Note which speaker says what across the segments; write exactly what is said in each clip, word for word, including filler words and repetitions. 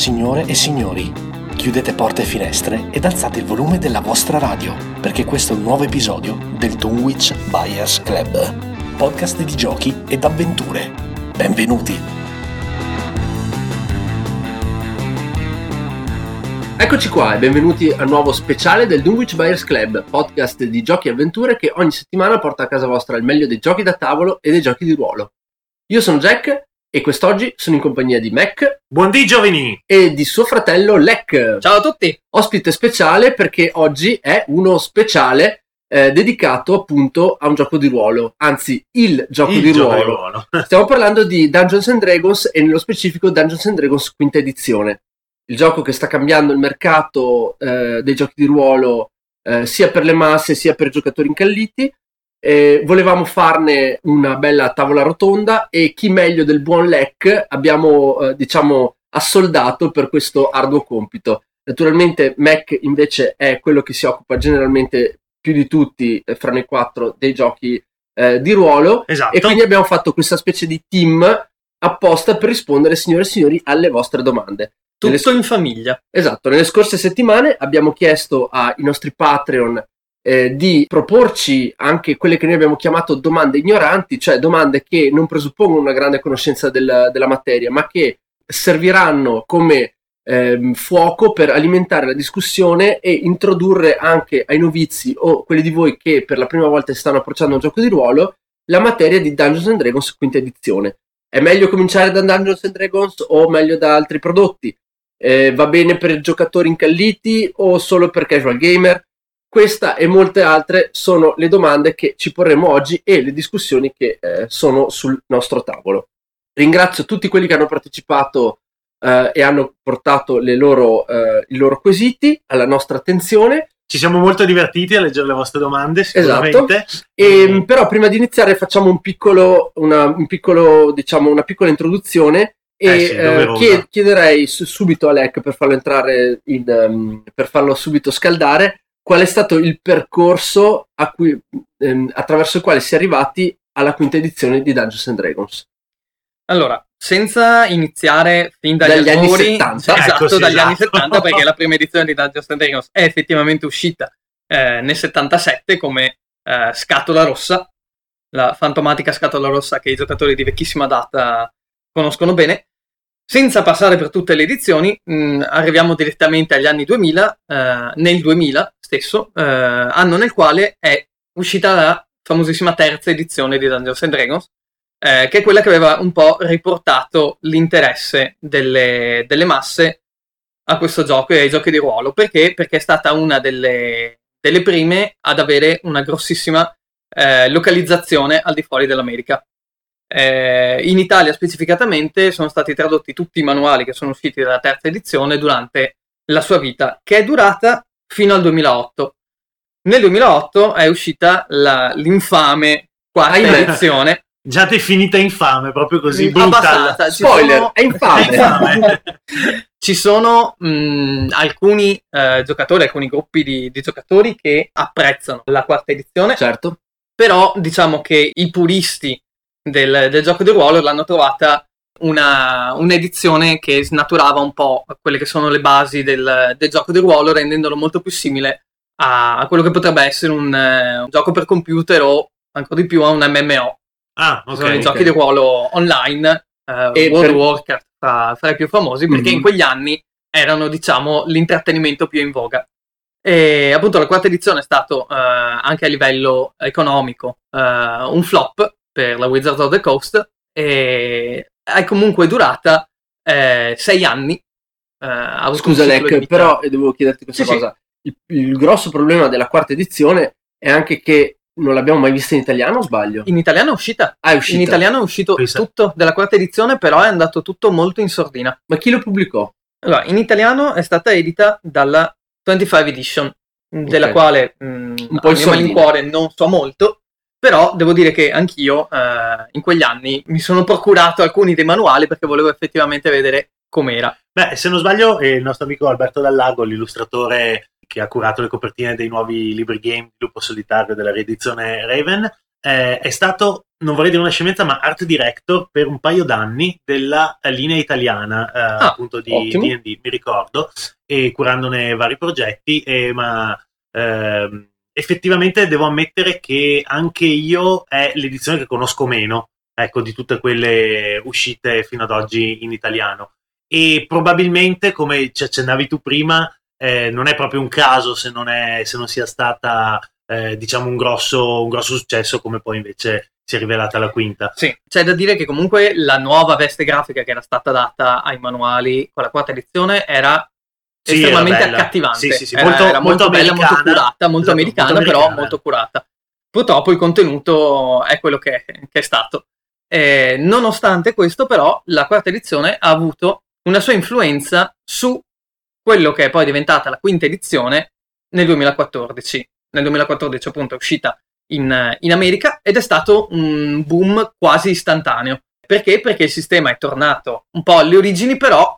Speaker 1: Signore e signori, chiudete porte e finestre ed alzate il volume della vostra radio, perché questo è un nuovo episodio del Dunwich Buyers Club, podcast di giochi ed avventure. Benvenuti!
Speaker 2: Eccoci qua e benvenuti al nuovo speciale del Dunwich Buyers Club, podcast di giochi e avventure che ogni settimana porta a casa vostra il meglio dei giochi da tavolo e dei giochi di ruolo. Io sono Jack e quest'oggi sono in compagnia di Mac.
Speaker 3: Buondì giovani!
Speaker 2: E di suo fratello Lek.
Speaker 4: Ciao a tutti!
Speaker 2: Ospite speciale perché oggi è uno speciale eh, dedicato appunto a un gioco di ruolo, anzi il gioco,
Speaker 3: il
Speaker 2: di,
Speaker 3: gioco
Speaker 2: ruolo.
Speaker 3: di ruolo.
Speaker 2: Stiamo parlando di Dungeons and Dragons e nello specifico Dungeons and Dragons quinta edizione. Il gioco che sta cambiando il mercato eh, dei giochi di ruolo eh, sia per le masse sia per giocatori incalliti. Eh, volevamo farne una bella tavola rotonda e chi meglio del buon Lek abbiamo eh, diciamo assoldato per questo arduo compito. Naturalmente Mac invece è quello che si occupa generalmente più di tutti eh, fra noi quattro dei giochi eh, di ruolo.
Speaker 3: Esatto.
Speaker 2: E quindi abbiamo fatto questa specie di team apposta per rispondere, signore e signori, alle vostre domande.
Speaker 4: Tutto
Speaker 2: Nelle...
Speaker 4: in famiglia.
Speaker 2: Esatto, nelle scorse settimane abbiamo chiesto ai nostri Patreon eh, di proporci anche quelle che noi abbiamo chiamato domande ignoranti, cioè domande che non presuppongono una grande conoscenza del, della materia, ma che serviranno come eh, fuoco per alimentare la discussione e introdurre anche ai novizi o quelli di voi che per la prima volta si stanno approcciando a un gioco di ruolo la materia di Dungeons and Dragons quinta edizione. È meglio cominciare da Dungeons and Dragons o meglio da altri prodotti? Eh, va bene per giocatori incalliti o solo per casual gamer? Questa e molte altre sono le domande che ci porremo oggi e le discussioni che eh, sono sul nostro tavolo. Ringrazio tutti quelli che hanno partecipato eh, e hanno portato le loro, eh, i loro quesiti alla nostra attenzione.
Speaker 3: Ci siamo molto divertiti a leggere le vostre domande, sicuramente.
Speaker 2: Esatto. E, però prima di iniziare facciamo un piccolo, una, un piccolo, diciamo, una piccola introduzione. E
Speaker 3: eh sì,
Speaker 2: eh, chied- chiederei su- subito a Lek per farlo entrare in, um, per farlo subito scaldare qual è stato il percorso a cui, ehm, attraverso il quale si è arrivati alla quinta edizione di Dungeons and Dragons.
Speaker 4: Allora, senza iniziare fin dagli,
Speaker 2: dagli anni
Speaker 4: albori,
Speaker 2: settanta,
Speaker 4: esatto,
Speaker 3: ecco, sì,
Speaker 4: dagli
Speaker 3: esatto.
Speaker 4: anni settanta, perché la prima edizione di Dungeons and Dragons è effettivamente uscita eh, nel settantasette come eh, Scatola Rossa, la fantomatica Scatola Rossa che i giocatori di vecchissima data conoscono bene. Senza passare per tutte le edizioni, mh, arriviamo direttamente agli anni duemila, eh, nel duemila stesso, eh, anno nel quale è uscita la famosissima terza edizione di Dungeons and Dragons, eh, che è quella che aveva un po' riportato l'interesse delle, delle masse a questo gioco e ai giochi di ruolo. Perché? Perché è stata una delle, delle prime ad avere una grossissima eh, localizzazione al di fuori dell'America. Eh, in Italia specificatamente sono stati tradotti tutti i manuali che sono usciti dalla terza edizione durante la sua vita, che è durata fino al duemilaotto. Nel duemilaotto è uscita la, l'infame quarta
Speaker 2: Ahimè.
Speaker 4: edizione.
Speaker 3: Già definita infame, proprio così, brutta.
Speaker 4: Abbastanza. Ci
Speaker 2: Spoiler,
Speaker 4: sono-
Speaker 2: è infame.
Speaker 3: È infame.
Speaker 4: Ci sono mh, alcuni eh, giocatori, alcuni gruppi di, di giocatori che apprezzano la quarta edizione,
Speaker 2: Certo.
Speaker 4: però diciamo che i puristi del, del gioco di ruolo l'hanno trovata una, un'edizione che snaturava un po' quelle che sono le basi del, del gioco di ruolo, rendendolo molto più simile a, a quello che potrebbe essere un, eh, un gioco per computer o ancora di più a un M M O.
Speaker 3: Ah,
Speaker 4: Ci sono i
Speaker 3: ok.
Speaker 4: giochi di ruolo online, eh,
Speaker 2: E
Speaker 4: World
Speaker 2: per-
Speaker 4: of Warcraft fra, fra i più famosi, perché
Speaker 2: Mhm.
Speaker 4: in quegli anni erano, diciamo, l'intrattenimento più in voga. E appunto la quarta edizione è stato eh, anche a livello economico eh, un flop per la Wizards of the Coast e è comunque durata eh, sei anni. eh, ha avuto
Speaker 2: Scusa
Speaker 4: un ciclo di
Speaker 2: Lek,
Speaker 4: vita-
Speaker 2: però eh, devo chiederti questa
Speaker 4: Sì, sì.
Speaker 2: cosa. Il, il grosso problema della quarta edizione è anche che non l'abbiamo mai vista in italiano, o sbaglio?
Speaker 4: in italiano è uscita.
Speaker 2: Ah, è uscita.
Speaker 4: In italiano è uscito
Speaker 3: Pensa.
Speaker 4: tutto della quarta edizione, però è andato tutto molto in sordina.
Speaker 2: Ma chi lo pubblicò?
Speaker 4: Allora, in italiano è stata edita dalla venticinque Edition, della
Speaker 2: Ok.
Speaker 4: quale mh,
Speaker 2: Un po'
Speaker 4: a
Speaker 2: in
Speaker 4: mio
Speaker 2: sordina.
Speaker 4: malincuore non so molto, però devo dire che anch'io eh, in quegli anni mi sono procurato alcuni dei manuali perché volevo effettivamente vedere com'era.
Speaker 3: Beh, se non sbaglio, è il nostro amico Alberto Dallago, l'illustratore che ha curato le copertine dei nuovi libri game di Lupo Solitario della riedizione Raven, eh, è stato, non vorrei dire una scemenza, ma art director per un paio d'anni della linea italiana, eh, ah, appunto di D and D, mi ricordo, e curandone vari progetti, e, ma eh, effettivamente devo ammettere che anche io è l'edizione che conosco meno, ecco, di tutte quelle uscite fino ad oggi in italiano. E probabilmente, come ci accennavi tu prima, eh, non è proprio un caso se non, è, se non sia stata eh, diciamo un grosso, un grosso successo, come poi invece si è rivelata la quinta.
Speaker 4: Sì, c'è da dire che comunque la nuova veste grafica che era stata data ai manuali con la quarta edizione era sì, estremamente era accattivante.
Speaker 3: Sì, sì, sì.
Speaker 4: Era,
Speaker 3: molto,
Speaker 4: era molto, molto bella, molto curata, molto, esatto, americana, molto americana, però molto curata. Purtroppo il contenuto è quello che è, che è stato. Eh, nonostante questo, però, la quarta edizione ha avuto una sua influenza su quello che è poi diventata la quinta edizione nel duemilaquattordici. Nel duemilaquattordici appunto è uscita in, in America ed è stato un boom quasi istantaneo. Perché? Perché il sistema è tornato un po' alle origini, però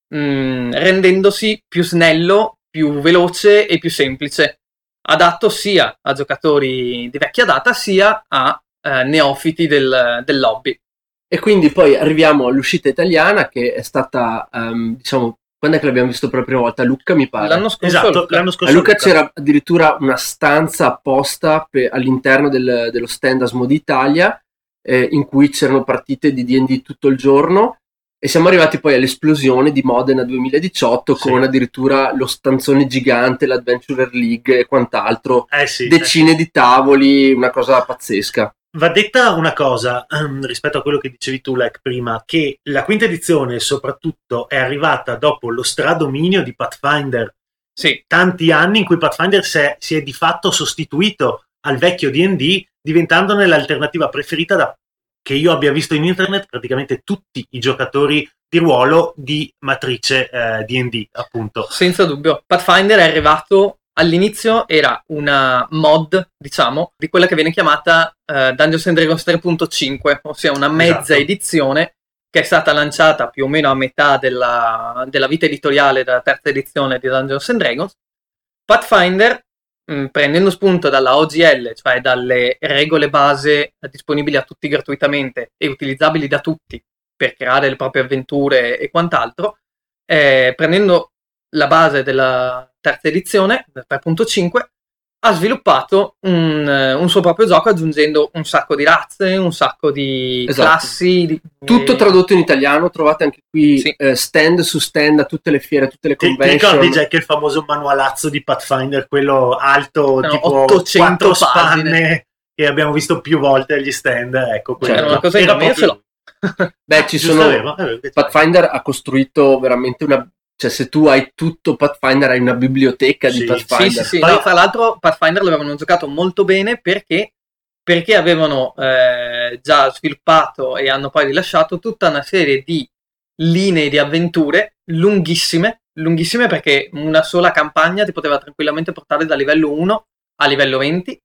Speaker 4: mh, rendendosi più snello, più veloce e più semplice, adatto sia a giocatori di vecchia data sia a eh, neofiti del, dell'hobby.
Speaker 2: E quindi poi arriviamo all'uscita italiana, che è stata, um, diciamo, quando è che l'abbiamo visto per la prima volta? A Lucca, mi pare.
Speaker 4: L'anno scorso.
Speaker 3: Esatto,
Speaker 4: Lucca.
Speaker 3: l'anno scorso
Speaker 2: a Lucca,
Speaker 3: Lucca
Speaker 2: c'era addirittura una stanza apposta per, all'interno del, dello stand Asmodee Italia, eh, in cui c'erano partite di D and D tutto il giorno, e siamo arrivati poi all'esplosione di Modena duemiladiciotto, sì, con addirittura lo stanzone gigante, l'Adventurer League e quant'altro,
Speaker 3: eh sì,
Speaker 2: decine
Speaker 3: eh sì.
Speaker 2: di tavoli, una cosa pazzesca.
Speaker 3: Va detta una cosa um, rispetto a quello che dicevi tu, Lek, prima, che la quinta edizione soprattutto è arrivata dopo lo stradominio di Pathfinder.
Speaker 4: Sì.
Speaker 3: Tanti anni in cui Pathfinder si è, si è di fatto sostituito al vecchio D and D, diventandone l'alternativa preferita da, che io abbia visto in internet, praticamente tutti i giocatori di ruolo di matrice eh, D and D, appunto.
Speaker 4: Senza dubbio. Pathfinder è arrivato... All'inizio era una mod, diciamo, di quella che viene chiamata uh, Dungeons and Dragons tre punto cinque, ossia una mezza esatto. edizione che è stata lanciata più o meno a metà della, della vita editoriale della terza edizione di Dungeons and Dragons. Pathfinder, mh, prendendo spunto dalla O G L, cioè dalle regole base disponibili a tutti gratuitamente e utilizzabili da tutti per creare le proprie avventure e quant'altro, eh, prendendo la base della terza edizione, tre punto cinque, ha sviluppato un, un suo proprio gioco aggiungendo un sacco di razze, un sacco di esatto. classi. Di,
Speaker 2: Tutto tradotto in italiano, trovate anche qui sì. eh, stand su stand a tutte le fiere, a tutte le convention.
Speaker 3: Ti ricordi già che il famoso manualazzo di Pathfinder, quello alto, no,
Speaker 4: tipo
Speaker 3: ottocento
Speaker 4: quattro
Speaker 3: spanne, che abbiamo visto più volte agli stand, ecco,
Speaker 4: cioè, era una cosa enorme, io ce l'ho.
Speaker 2: Beh, ci sono... Vero, vero, Pathfinder ha costruito veramente una... Cioè, se tu hai tutto Pathfinder, hai una biblioteca sì, di Pathfinder.
Speaker 4: Sì, sì, sì. No, tra l'altro Pathfinder l'avevano giocato molto bene perché, perché avevano eh, già sviluppato e hanno poi rilasciato tutta una serie di linee di avventure lunghissime, lunghissime perché una sola campagna ti poteva tranquillamente portare da livello uno a livello venti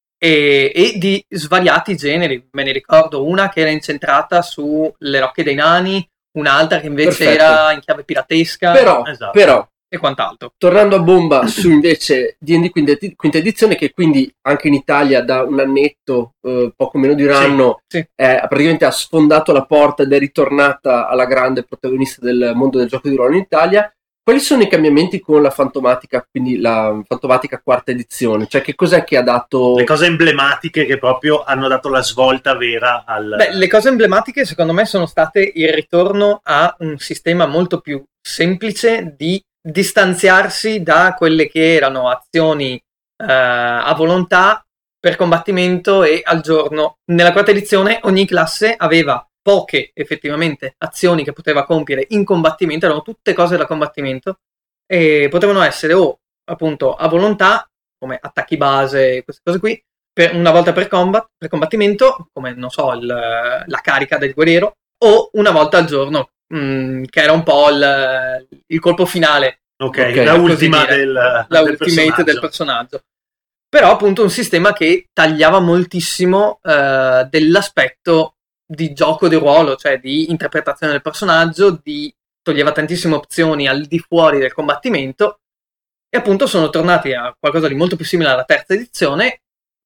Speaker 4: e, e di svariati generi. Me ne ricordo una che era incentrata sulle rocche dei nani, un'altra che invece Perfetto. era in chiave piratesca,
Speaker 2: però, esatto. però
Speaker 4: e quant'altro.
Speaker 2: Tornando a bomba su invece D and D quinta, quinta edizione, che quindi anche in Italia da un annetto, eh, poco meno di un sì, anno, sì. Eh, praticamente ha sfondato la porta ed è ritornata alla grande protagonista del mondo del gioco di ruolo in Italia. Quali sono i cambiamenti con la Fantomatica, quindi la Fantomatica quarta edizione? Cioè, che cos'è che ha dato...
Speaker 3: Le cose emblematiche che proprio hanno dato la svolta vera al...
Speaker 4: Beh, le cose emblematiche secondo me sono state il ritorno a un sistema molto più semplice di distanziarsi da quelle che erano azioni eh, a volontà per combattimento e al giorno. Nella quarta edizione ogni classe aveva poche effettivamente azioni che poteva compiere in combattimento, erano tutte cose da combattimento e potevano essere o appunto a volontà come attacchi base, queste cose qui, per una volta per, combat, per combattimento come non so il, la carica del guerriero, o una volta al giorno mh, che era un po' il, il colpo finale,
Speaker 3: ok, okay la ultima del,
Speaker 4: la
Speaker 3: del
Speaker 4: ultimate
Speaker 3: personaggio.
Speaker 4: del personaggio. Però appunto un sistema che tagliava moltissimo eh, dell'aspetto di gioco di ruolo, cioè di interpretazione del personaggio, di toglieva tantissime opzioni al di fuori del combattimento e appunto sono tornati a qualcosa di molto più simile alla terza edizione,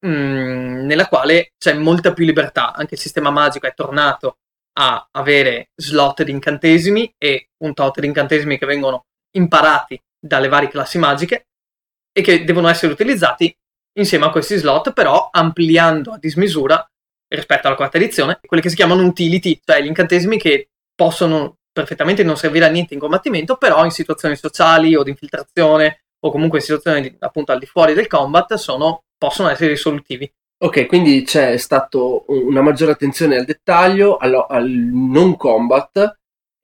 Speaker 4: mh, nella quale c'è molta più libertà. Anche il sistema magico è tornato a avere slot di incantesimi e un tot di incantesimi che vengono imparati dalle varie classi magiche e che devono essere utilizzati insieme a questi slot, però ampliando a dismisura rispetto alla quarta edizione quelle che si chiamano utility, cioè gli incantesimi che possono perfettamente non servire a niente in combattimento, però in situazioni sociali o di infiltrazione o comunque in situazioni di, appunto al di fuori del combat sono, possono essere risolutivi.
Speaker 2: Ok, quindi c'è stato una maggiore attenzione al dettaglio, al, al non combat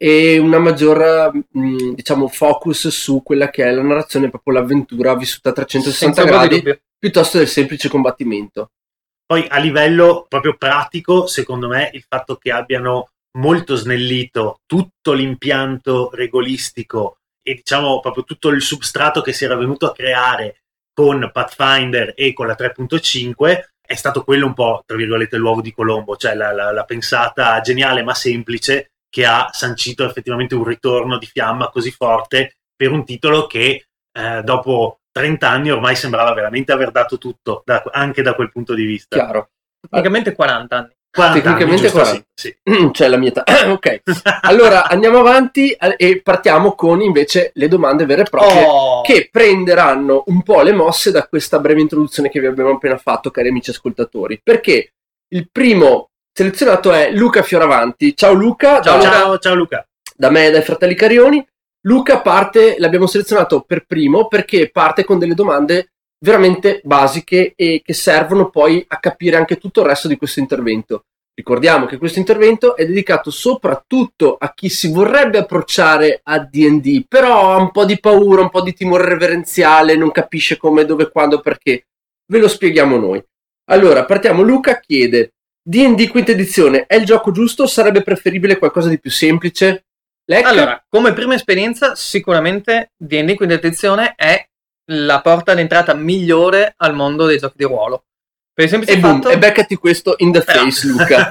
Speaker 2: e una maggior, mh, diciamo, focus su quella che è la narrazione, proprio l'avventura vissuta a trecentosessanta gradi, piuttosto del semplice combattimento.
Speaker 3: Poi a livello proprio pratico, secondo me, il fatto che abbiano molto snellito tutto l'impianto regolistico e diciamo proprio tutto il substrato che si era venuto a creare con Pathfinder e con la tre punto cinque è stato quello un po', tra virgolette, l'uovo di Colombo, cioè la, la, la pensata geniale ma semplice che ha sancito effettivamente un ritorno di fiamma così forte per un titolo che eh, dopo trenta anni ormai sembrava veramente aver dato tutto, da, anche da quel punto di vista.
Speaker 2: Chiaro.
Speaker 4: Tecnicamente quaranta anni.
Speaker 2: quaranta Tecnicamente
Speaker 3: anni,
Speaker 2: quaranta.
Speaker 3: Sì, sì.
Speaker 2: C'è la mia età. Ok. Allora andiamo avanti e partiamo con invece le domande vere e proprie
Speaker 4: oh.
Speaker 2: che prenderanno un po' le mosse da questa breve introduzione che vi abbiamo appena fatto, cari amici ascoltatori. Perché il primo selezionato è Luca Fioravanti. Ciao Luca.
Speaker 3: Ciao,
Speaker 2: da,
Speaker 3: ciao, ciao Luca.
Speaker 2: Da me e dai fratelli Carioni. Luca parte, l'abbiamo selezionato per primo perché parte con delle domande veramente basiche e che servono poi a capire anche tutto il resto di questo intervento. Ricordiamo che questo intervento è dedicato soprattutto a chi si vorrebbe approcciare a D and D, però ha un po' di paura, un po' di timore reverenziale, non capisce come, dove, quando, perché. Ve lo spieghiamo noi. Allora, partiamo. Luca chiede: D and D quinta edizione è il gioco giusto o sarebbe preferibile qualcosa di più semplice?
Speaker 4: Lec? Allora, come prima esperienza, sicuramente D and D quinta edizione è la porta d'entrata migliore al mondo dei giochi di ruolo. Per il semplice
Speaker 2: e boom,
Speaker 4: fatto...
Speaker 2: e beccati questo in the face, no. Luca.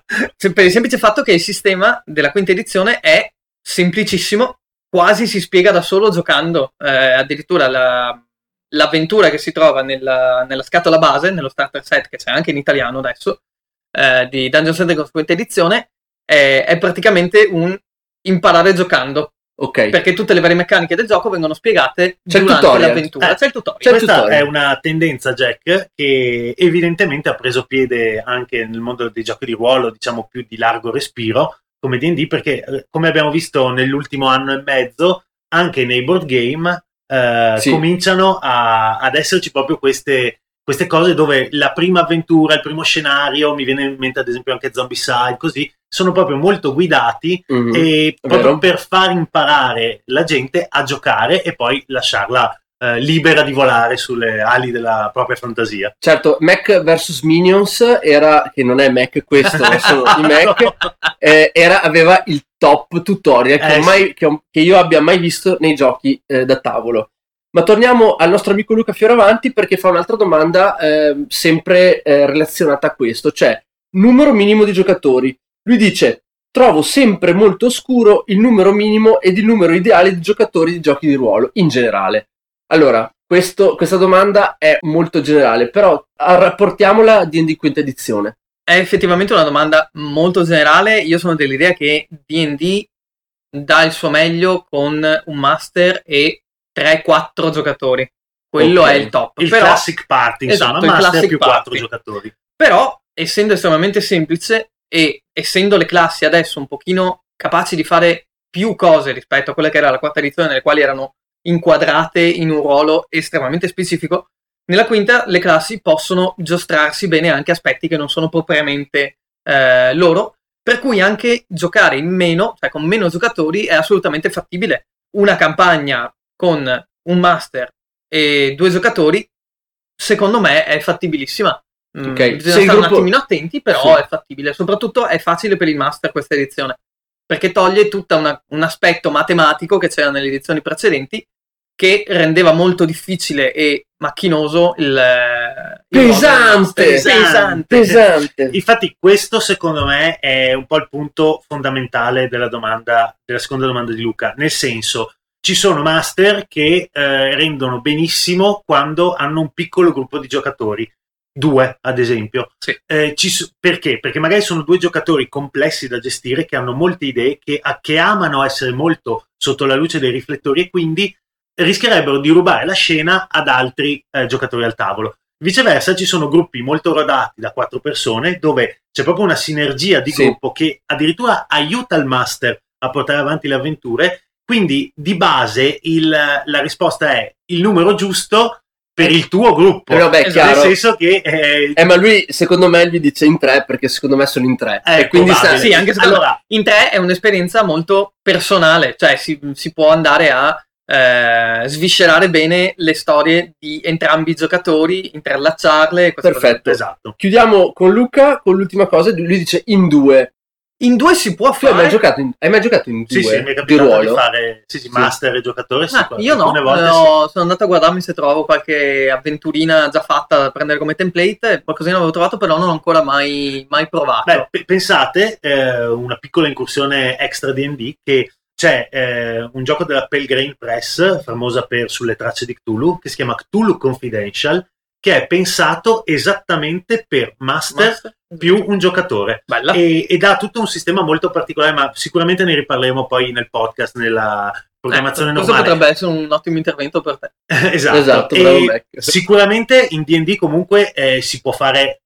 Speaker 4: Per il semplice fatto che il sistema della quinta edizione è semplicissimo, quasi si spiega da solo giocando. Eh, addirittura la, l'avventura che si trova nella, nella scatola base, nello starter set, che c'è anche in italiano adesso, eh, di Dungeons and Dragons quinta edizione, è, è praticamente un imparare giocando.
Speaker 2: Ok.
Speaker 4: Perché tutte le varie meccaniche del gioco vengono spiegate
Speaker 2: c'è
Speaker 4: durante l'avventura.
Speaker 3: Eh,
Speaker 4: c'è il tutorial.
Speaker 3: C'è
Speaker 2: Questa
Speaker 3: tutorial.
Speaker 2: è
Speaker 3: una tendenza, Jack, che evidentemente ha preso piede anche nel mondo dei giochi di ruolo, diciamo più di largo respiro, come D and D, perché come abbiamo visto nell'ultimo anno e mezzo, anche nei board game eh, sì. cominciano a, ad esserci proprio queste, queste cose dove la prima avventura, il primo scenario, mi viene in mente ad esempio anche Zombicide, così, sono proprio molto guidati mm-hmm. e proprio Vero. per far imparare la gente a giocare e poi lasciarla eh, libera di volare sulle ali della propria fantasia.
Speaker 2: Certo, Mac versus Minions era, che non è Mac questo, ma sono i Mac, eh, era, aveva il top tutorial che, eh, mai, sì. che, che io abbia mai visto nei giochi eh, da tavolo. Ma torniamo al nostro amico Luca Fioravanti perché fa un'altra domanda eh, sempre eh, relazionata a questo, cioè numero minimo di giocatori. Lui dice: trovo sempre molto oscuro il numero minimo ed il numero ideale di giocatori di giochi di ruolo in generale. Allora, questo, questa domanda è molto generale, però rapportiamola a D and D quinta edizione.
Speaker 4: È effettivamente una domanda molto generale. Io sono dell'idea che D and D dà il suo meglio con un master e tre quattro giocatori. Quello okay. è il top.
Speaker 3: Il
Speaker 4: però,
Speaker 3: classic party, insomma, esatto, master più quattro giocatori.
Speaker 4: Però, essendo estremamente semplice e essendo le classi adesso un pochino capaci di fare più cose rispetto a quella che era la quarta edizione, nelle quali erano inquadrate in un ruolo estremamente specifico, nella quinta le classi possono giostrarsi bene anche aspetti che non sono propriamente eh, loro, per cui anche giocare in meno, cioè con meno giocatori, è assolutamente fattibile. Una campagna con un master e due giocatori, secondo me, è fattibilissima.
Speaker 2: Okay.
Speaker 4: Bisogna stare gruppo... un attimino attenti, però sì. è fattibile. Soprattutto è facile per il master questa edizione, perché toglie tutto un aspetto matematico che c'era nelle edizioni precedenti, che rendeva molto difficile e macchinoso il, il
Speaker 2: pesante,
Speaker 4: pesante.
Speaker 2: pesante.
Speaker 3: Infatti questo secondo me è un po' il punto fondamentale della domanda, della seconda domanda di Luca, nel senso, ci sono master che eh, rendono benissimo quando hanno un piccolo gruppo di giocatori. due, ad esempio.
Speaker 4: Sì.
Speaker 3: Eh, ci, perché? Perché magari sono due giocatori complessi da gestire, che hanno molte idee, che, a, che amano essere molto sotto la luce dei riflettori e quindi rischierebbero di rubare la scena ad altri eh, giocatori al tavolo. Viceversa, ci sono gruppi molto rodati da quattro persone dove c'è proprio una sinergia di
Speaker 2: sì.
Speaker 3: gruppo che addirittura aiuta il master a portare avanti le avventure. Quindi di base il, la risposta è il numero giusto per il tuo gruppo.
Speaker 2: Però beh, chiaro.
Speaker 3: Nel senso che eh,
Speaker 2: eh, ma lui secondo me gli dice in tre perché secondo me sono in tre.
Speaker 3: Eh,
Speaker 2: e quindi
Speaker 4: sa, sì, anche secondo
Speaker 3: allora,
Speaker 4: me in tre è un'esperienza molto personale, cioè si, si può andare a eh, sviscerare bene le storie di entrambi i giocatori, interlacciarle.
Speaker 2: Perfetto,
Speaker 3: esatto.
Speaker 2: Chiudiamo con Luca con l'ultima cosa. Lui dice in due.
Speaker 4: In due si può
Speaker 2: Tu
Speaker 4: fare.
Speaker 2: hai mai giocato in, hai mai giocato in due
Speaker 3: sì, sì, mi è
Speaker 2: di
Speaker 3: capitato
Speaker 2: ruolo?
Speaker 3: di fare sì, sì, master e giocatore. Sì,
Speaker 4: Ah, io no,
Speaker 3: volte
Speaker 4: no
Speaker 3: sì.
Speaker 4: sono andato a guardarmi se trovavo qualche avventurina già fatta da prendere come template, qualcosina avevo trovato, però non ho ancora mai, mai provato.
Speaker 3: Beh, p- pensate, eh, una piccola incursione extra D and D, che c'è eh, un gioco della Pelgrane Press, famosa per Sulle tracce di Cthulhu, che si chiama Cthulhu Confidential, che è pensato esattamente per master, master? più un giocatore. E, ed ha tutto un sistema molto particolare, ma sicuramente ne riparleremo poi nel podcast, nella programmazione
Speaker 4: eh,
Speaker 3: normale.
Speaker 4: Questo potrebbe essere un ottimo intervento per te.
Speaker 3: esatto,
Speaker 2: esatto
Speaker 3: e sicuramente in D and D comunque eh, si può fare,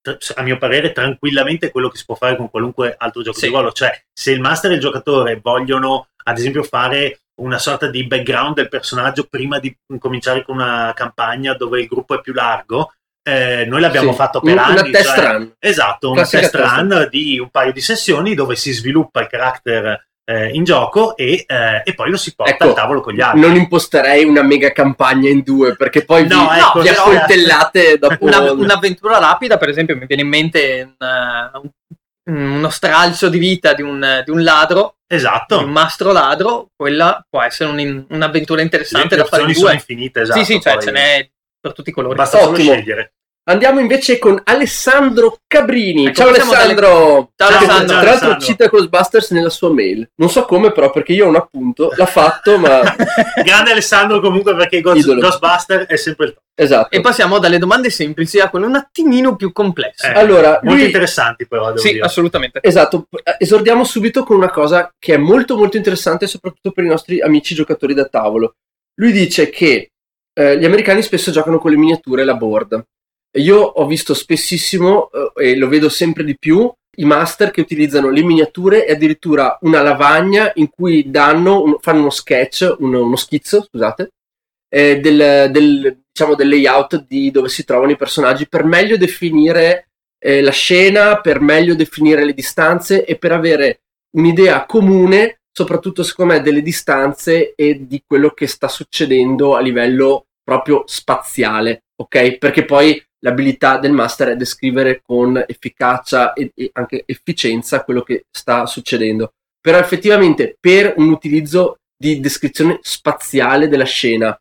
Speaker 3: a mio parere, tranquillamente quello che si può fare con qualunque altro gioco
Speaker 4: sì.
Speaker 3: di ruolo. Cioè, se il master e il giocatore vogliono, ad esempio, fare una sorta di background del personaggio prima di cominciare con una campagna dove il gruppo è più largo, eh, noi l'abbiamo
Speaker 2: sì.
Speaker 3: fatto per
Speaker 2: una
Speaker 3: anni.
Speaker 2: Una test
Speaker 3: cioè,
Speaker 2: run.
Speaker 3: Esatto, una
Speaker 2: Classica
Speaker 3: test run test. di un paio di sessioni dove si sviluppa il carattere eh, in gioco e, eh, e poi lo si porta
Speaker 2: ecco,
Speaker 3: al tavolo con gli altri.
Speaker 2: Non imposterei una mega campagna in due, perché poi
Speaker 3: no,
Speaker 2: vi,
Speaker 3: ecco,
Speaker 2: vi accoltellate dopo.
Speaker 4: Una, un'avventura rapida, per esempio, mi viene in mente una, un, uno stralcio di vita di un, di un ladro.
Speaker 3: Esatto.
Speaker 4: Di un mastro ladro, quella può essere un, un'avventura interessante
Speaker 3: le,
Speaker 4: da fare in due.
Speaker 3: Sono infinite, esatto.
Speaker 4: Sì, sì, cioè
Speaker 3: poi.
Speaker 4: ce n'è per tutti i colori.
Speaker 3: Basta solo scegliere.
Speaker 2: Andiamo invece con Alessandro Cabrini.
Speaker 4: Ecco,
Speaker 2: ciao Alessandro.
Speaker 4: Dalle... Ciao Alessandro.
Speaker 2: Tra l'altro cita Ghostbusters nella sua mail. Non so come però, perché io ho un appunto, l'ha fatto, ma...
Speaker 3: Grande Alessandro comunque, perché Ghost, Ghostbusters è sempre il top.
Speaker 2: Esatto.
Speaker 4: E passiamo dalle domande semplici a quelle un attimino più complesse.
Speaker 3: Eh,
Speaker 2: allora,
Speaker 3: molto
Speaker 2: lui...
Speaker 3: interessanti però, devo
Speaker 4: sì,
Speaker 3: dire.
Speaker 4: assolutamente.
Speaker 2: Esatto. Esordiamo subito con una cosa che è molto molto interessante, soprattutto per i nostri amici giocatori da tavolo. Lui dice che eh, gli americani spesso giocano con le miniature e la board. Io ho visto spessissimo, eh, e lo vedo sempre di più, i master che utilizzano le miniature e addirittura una lavagna in cui danno, un, fanno uno sketch, uno, uno schizzo, scusate, eh, del, del, diciamo, del layout di dove si trovano i personaggi per meglio definire eh, la scena, per meglio definire le distanze e per avere un'idea comune, soprattutto secondo me, delle distanze e di quello che sta succedendo a livello proprio spaziale, ok? Perché poi l'abilità del master è descrivere con efficacia e, e anche efficienza quello che sta succedendo. Però effettivamente per un utilizzo di descrizione spaziale della scena,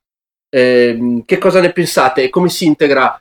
Speaker 2: ehm, che cosa ne pensate e come si integra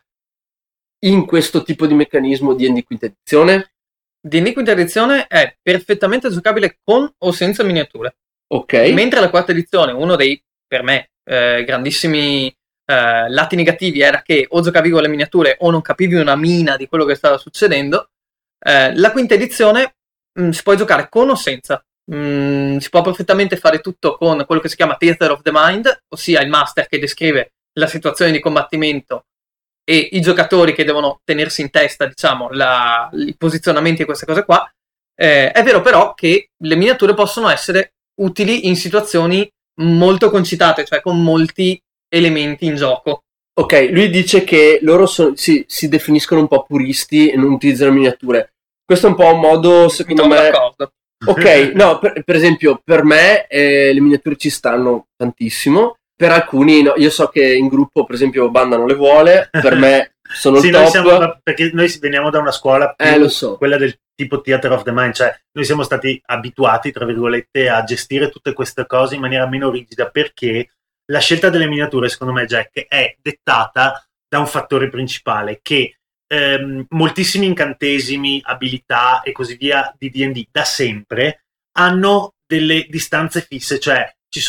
Speaker 2: in questo tipo di meccanismo di D and D quinta edizione?
Speaker 4: D and D quinta edizione è perfettamente giocabile con o senza miniature.
Speaker 2: Ok.
Speaker 4: Mentre la quarta edizione, uno dei, per me, eh, grandissimi Uh, lati negativi era che o giocavi con le miniature o non capivi una mina di quello che stava succedendo. Uh, la quinta edizione mh, si può giocare con o senza. Mh, si può perfettamente fare tutto con quello che si chiama Theater of the Mind, ossia il master che descrive la situazione di combattimento e i giocatori che devono tenersi in testa, diciamo, la, i posizionamenti e queste cose qua. Eh, è vero però che le miniature possono essere utili in situazioni molto concitate, cioè con molti elementi in gioco.
Speaker 2: Ok, lui dice che loro so, si, si definiscono un po' puristi e non utilizzano miniature. Questo è un po' un modo, secondo me...
Speaker 4: d'accordo.
Speaker 2: Ok, no, per, per esempio, per me eh, le miniature ci stanno tantissimo. Per alcuni, no, io so che in gruppo, per esempio, Banda non le vuole, per me sono
Speaker 3: sì,
Speaker 2: il top.
Speaker 3: Noi siamo, perché noi veniamo da una scuola più
Speaker 2: eh, lo so.
Speaker 3: quella del tipo Theater of the Mind, cioè noi siamo stati abituati, tra virgolette, a gestire tutte queste cose in maniera meno rigida, perché la scelta delle miniature, secondo me, Jack, è dettata da un fattore principale, che ehm, moltissimi incantesimi, abilità e così via di D and D da sempre hanno delle distanze fisse, cioè ci sono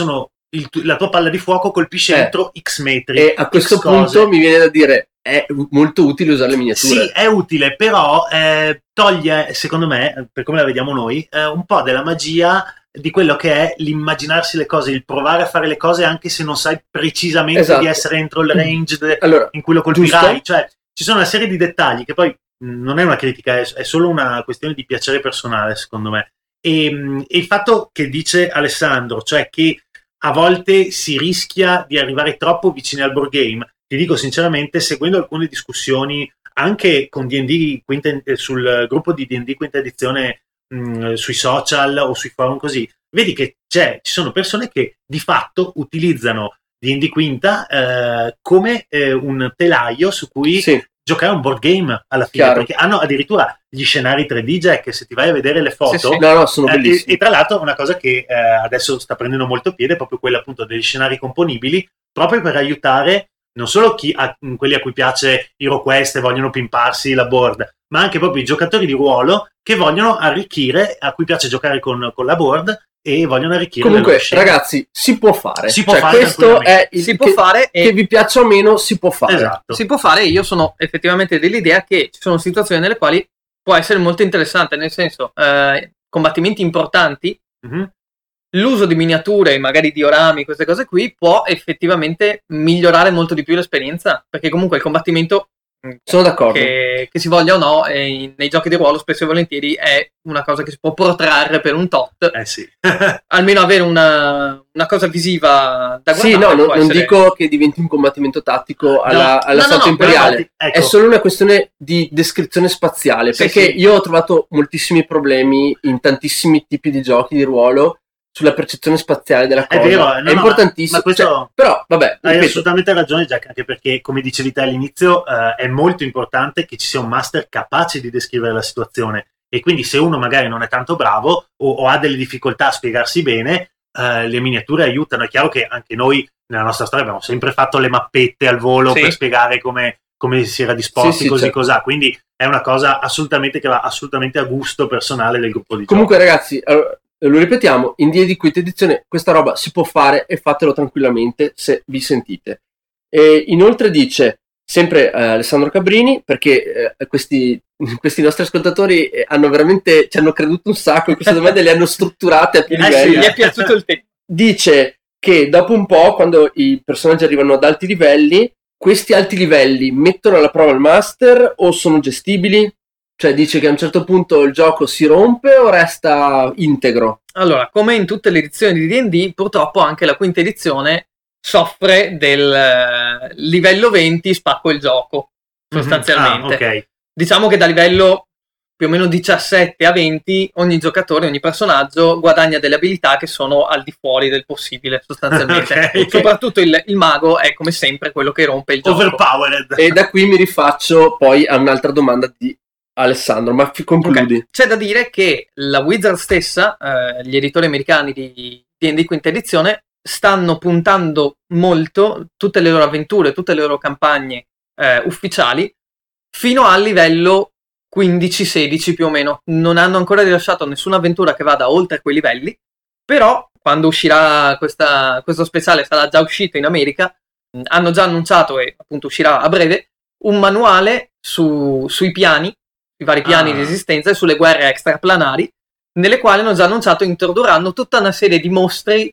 Speaker 3: il, la tua palla di fuoco colpisce eh. entro X metri.
Speaker 2: E a questo
Speaker 3: X
Speaker 2: punto
Speaker 3: cose.
Speaker 2: mi viene da dire, è molto utile usare le miniature.
Speaker 3: Sì, è utile, però eh, toglie, secondo me, per come la vediamo noi, eh, un po' della magia di quello che è l'immaginarsi le cose, il provare a fare le cose anche se non sai precisamente esatto. di essere entro il range de-
Speaker 2: allora,
Speaker 3: in cui lo colpirai.
Speaker 2: giusto?
Speaker 3: Cioè, ci sono una serie di dettagli che poi mh, non è una critica, è, è solo una questione di piacere personale, secondo me. E, mh, e il fatto che dice Alessandro, cioè che a volte si rischia di arrivare troppo vicini al board game, ti dico sinceramente, seguendo alcune discussioni anche con D and D quinta, sul gruppo di D and D quinta edizione mh, sui social o sui forum così, vedi che c'è, ci sono persone che di fatto utilizzano D and D quinta eh, come eh, un telaio su cui sì. giocare un board game alla fine, Chiaro. Perché hanno addirittura gli scenari tre D, Jack, se ti vai a vedere le foto,
Speaker 2: sì, sì. No, no, sono
Speaker 3: eh, e, e tra l'altro una cosa che eh, adesso sta prendendo molto piede è proprio quella appunto degli scenari componibili, proprio per aiutare non solo chi a, quelli a cui piace HeroQuest e vogliono pimparsi la board, ma anche proprio i giocatori di ruolo che vogliono arricchire, a cui piace giocare con, con la board e vogliono arricchire.
Speaker 2: Comunque, ragazzi, si può fare.
Speaker 3: Si può
Speaker 2: cioè,
Speaker 3: fare
Speaker 2: questo è il
Speaker 4: si può
Speaker 2: che,
Speaker 4: fare e...
Speaker 2: che vi piaccia o meno, si può fare.
Speaker 3: Esatto.
Speaker 4: Si può fare. Io sono effettivamente dell'idea che ci sono situazioni nelle quali può essere molto interessante, nel senso, eh, combattimenti importanti. Mm-hmm. L'uso di miniature, magari diorami, queste cose qui, può effettivamente migliorare molto di più l'esperienza, perché comunque il combattimento,
Speaker 2: sono d'accordo,
Speaker 4: che, che si voglia o no, eh, nei giochi di ruolo spesso e volentieri è una cosa che si può protrarre per un tot.
Speaker 3: Eh sì.
Speaker 4: Almeno avere una, una cosa visiva da guardare.
Speaker 2: Sì, no, non,
Speaker 4: essere...
Speaker 2: non dico che diventi un combattimento tattico alla,
Speaker 3: no,
Speaker 2: all'assalto
Speaker 4: no, no,
Speaker 2: imperiale,
Speaker 3: no, ecco.
Speaker 2: È solo una questione di descrizione spaziale,
Speaker 4: sì,
Speaker 2: perché
Speaker 4: sì.
Speaker 2: io ho trovato moltissimi problemi in tantissimi tipi di giochi di ruolo sulla percezione spaziale della cosa.
Speaker 3: È vero, no,
Speaker 2: è importantissimo.
Speaker 3: Ma questo,
Speaker 2: cioè, però, vabbè,
Speaker 3: hai
Speaker 2: ripeto.
Speaker 3: assolutamente ragione, Jack, anche perché, come dicevi te all'inizio, eh, è molto importante che ci sia un master capace di descrivere la situazione. E quindi, se uno magari non è tanto bravo o, o ha delle difficoltà a spiegarsi bene, eh, le miniature aiutano. È chiaro che anche noi, nella nostra storia, abbiamo sempre fatto le mappette al volo sì. per spiegare come, come si era disposti, sì, sì, così, certo. cos'ha. Quindi è una cosa assolutamente che va assolutamente a gusto personale del gruppo di gioco.
Speaker 2: Comunque, ragazzi, allora, lo ripetiamo, in D and D quinta edizione questa roba si può fare e fatelo tranquillamente se vi sentite. E inoltre dice sempre eh, Alessandro Cabrini, perché eh, questi, questi nostri ascoltatori hanno veramente ci hanno creduto un sacco e queste domande le hanno strutturate a più
Speaker 4: eh
Speaker 2: livelli.
Speaker 4: Sì, gli è piaciuto il tempo.
Speaker 2: Dice che dopo un po', quando i personaggi arrivano ad alti livelli, questi alti livelli mettono alla prova il master o sono gestibili? Cioè dice che a un certo punto il gioco si rompe o resta integro?
Speaker 4: Allora, come in tutte le edizioni di D and D, purtroppo anche la quinta edizione soffre del eh, livello venti spacco il gioco, sostanzialmente.
Speaker 3: Mm-hmm. Ah, okay.
Speaker 4: Diciamo che da livello più o meno diciassette a venti ogni giocatore, ogni personaggio guadagna delle abilità che sono al di fuori del possibile, sostanzialmente. Okay. Soprattutto il, il mago è come sempre quello che rompe il gioco.
Speaker 3: Overpowered.
Speaker 2: E da qui mi rifaccio poi a un'altra domanda di Alessandro, ma concludi.
Speaker 4: Okay. C'è da dire che la Wizard stessa, eh, gli editori americani di D and D quinta edizione, stanno puntando molto tutte le loro avventure, tutte le loro campagne eh, ufficiali fino al livello quindici sedici più o meno. Non hanno ancora rilasciato nessuna avventura che vada oltre quei livelli, però quando uscirà questa, questo speciale, sarà già uscito in America, hanno già annunciato, e appunto uscirà a breve, un manuale su, sui piani, i vari piani ah. di esistenza e sulle guerre extraplanari, nelle quali hanno già annunciato introdurranno tutta una serie di mostri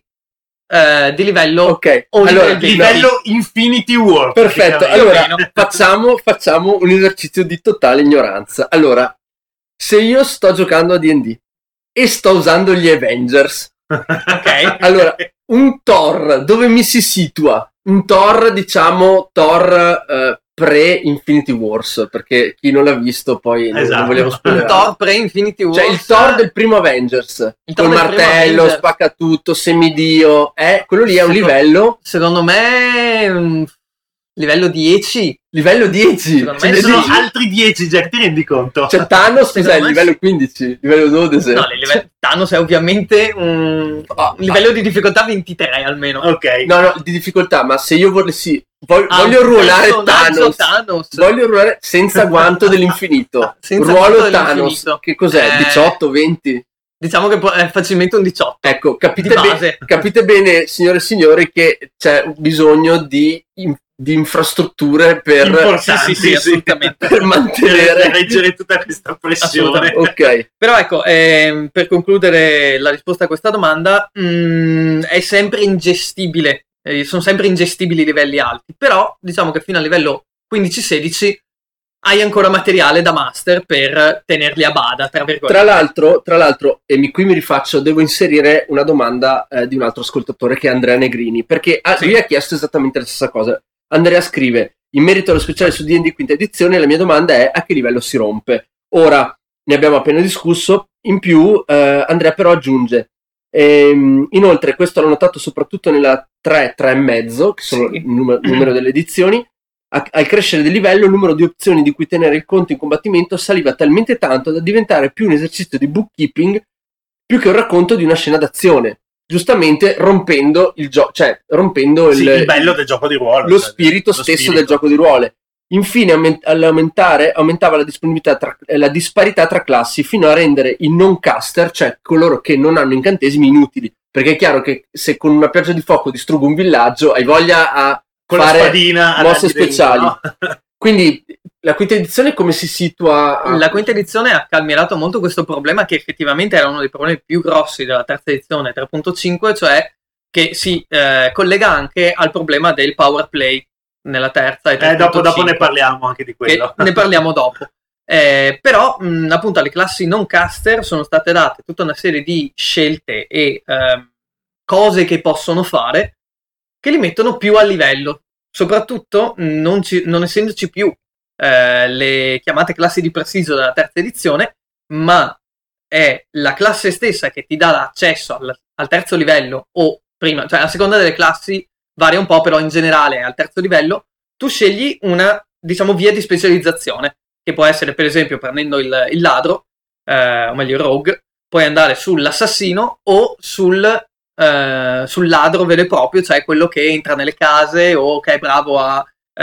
Speaker 4: eh, di livello
Speaker 2: ok, allora,
Speaker 3: livello Infinity War.
Speaker 2: Perfetto, allora facciamo, facciamo un esercizio di totale ignoranza. Allora, se io sto giocando a D and D e sto usando gli Avengers, ok, allora un Thor dove mi si situa? Un Thor, diciamo Thor eh, pre-Infinity Wars, perché chi non l'ha visto poi non, esatto. non volevo spoilerare.
Speaker 4: Il Thor pre-Infinity Wars,
Speaker 2: cioè il Thor del primo Avengers, il col martello, spacca tutto, semidio, eh, quello lì è un secondo, livello,
Speaker 4: secondo me um, livello dieci.
Speaker 2: Livello dieci?
Speaker 3: Ce ne sono altri dieci, Jack, ti rendi conto?
Speaker 2: Cioè Thanos cos'è? Il livello quindici? Livello dodici?
Speaker 4: No, il livello... Thanos è ovviamente un oh, livello ah. di difficoltà ventitré almeno.
Speaker 3: Ok.
Speaker 2: No, no, di difficoltà, ma se io volessi... Voglio, ah, voglio ruolare Thanos.
Speaker 4: Thanos.
Speaker 2: Voglio ruolare senza guanto dell'infinito.
Speaker 4: Senza
Speaker 2: Ruolo
Speaker 4: guanto
Speaker 2: Thanos.
Speaker 4: dell'infinito.
Speaker 2: Che cos'è? Eh... diciotto, venti?
Speaker 4: diciamo che è facilmente un diciotto.
Speaker 2: Ecco, capite, be- capite bene, signore e signori, che c'è bisogno di, in- di infrastrutture per,
Speaker 3: sì, sì, sì, assolutamente.
Speaker 2: per mantenere
Speaker 3: per reggere tutta questa pressione.
Speaker 2: Ok.
Speaker 4: Però ecco, eh, per concludere la risposta a questa domanda, mh, è sempre ingestibile, eh, sono sempre ingestibili i livelli alti, però diciamo che fino a livello quindici sedici hai ancora materiale da master per tenerli a bada, tra virgolette.
Speaker 2: Tra l'altro, tra l'altro, e mi, qui mi rifaccio, devo inserire una domanda eh, di un altro ascoltatore che è Andrea Negrini, perché ah, sì. lui ha chiesto esattamente la stessa cosa. Andrea scrive: in merito allo speciale su D and D quinta edizione, la mia domanda è a che livello si rompe? Ora, ne abbiamo appena discusso, in più eh, Andrea però aggiunge: ehm, inoltre, questo l'ho notato soprattutto nella tre, tre e mezzo, che sono sì. il numero, numero delle edizioni. Al crescere del livello, il numero di opzioni di cui tenere il conto in combattimento saliva talmente tanto da diventare più un esercizio di bookkeeping più che un racconto di una scena d'azione, giustamente rompendo il gioco, cioè rompendo
Speaker 3: sì,
Speaker 2: il,
Speaker 3: il bello del gioco di ruolo,
Speaker 2: lo
Speaker 3: cioè,
Speaker 2: spirito
Speaker 3: lo
Speaker 2: stesso
Speaker 3: spirito.
Speaker 2: del gioco di ruolo. Infine, all'aumentare aumentava la disponibilità tra, la disparità tra classi fino a rendere i non caster, cioè coloro che non hanno incantesimi, inutili, perché è chiaro che se con una pioggia di fuoco distruggo un villaggio hai voglia a
Speaker 3: con
Speaker 2: fare
Speaker 3: la spadina
Speaker 2: mosse speciali,
Speaker 3: dentro, no?
Speaker 2: Quindi la quinta edizione come si situa? A...
Speaker 4: La quinta edizione ha calmierato molto questo problema, che effettivamente era uno dei problemi più grossi della terza edizione tre punto cinque, cioè che si eh, collega anche al problema del power play nella terza e
Speaker 3: eh, dopo, dopo ne parliamo anche di quello,
Speaker 4: ne parliamo dopo. Eh, però mh, appunto alle classi non caster sono state date tutta una serie di scelte e eh, cose che possono fare che li mettono più a livello, soprattutto non, ci, non essendoci più eh, le chiamate classi di preciso della terza edizione, ma è la classe stessa che ti dà l'accesso al, al terzo livello, o prima, cioè a seconda delle classi varia un po', però in generale al terzo livello tu scegli una, diciamo, via di specializzazione, che può essere per esempio, prendendo il, il ladro, eh, o meglio il rogue, puoi andare sull'assassino o sul Uh, sul ladro vero e proprio, cioè quello che entra nelle case o che è bravo a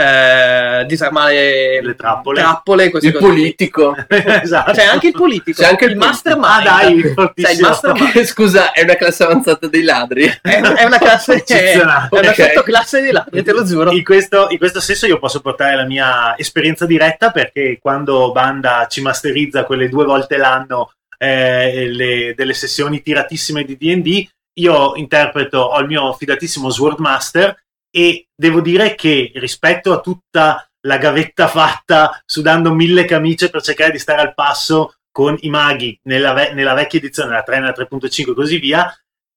Speaker 4: uh, disarmare
Speaker 3: le trappole,
Speaker 4: trappole
Speaker 2: il politico.
Speaker 4: Esatto. C'è anche il politico,
Speaker 2: c'è anche
Speaker 4: il,
Speaker 2: il
Speaker 4: mastermind.
Speaker 3: Ah dai,
Speaker 4: cioè, il mastermind.
Speaker 2: Scusa, è una classe avanzata dei ladri.
Speaker 4: È, è una classe è, è una okay. sottoclasse dei ladri, te lo giuro.
Speaker 3: In questo, in questo senso io posso portare la mia esperienza diretta, perché quando Banda ci masterizza quelle due volte l'anno eh, le, delle sessioni tiratissime di D and D, io interpreto, ho il mio fidatissimo Swordmaster, e devo dire che rispetto a tutta la gavetta fatta sudando mille camicie per cercare di stare al passo con i maghi nella, ve- nella vecchia edizione, la tre, nella tre punto cinque e così via,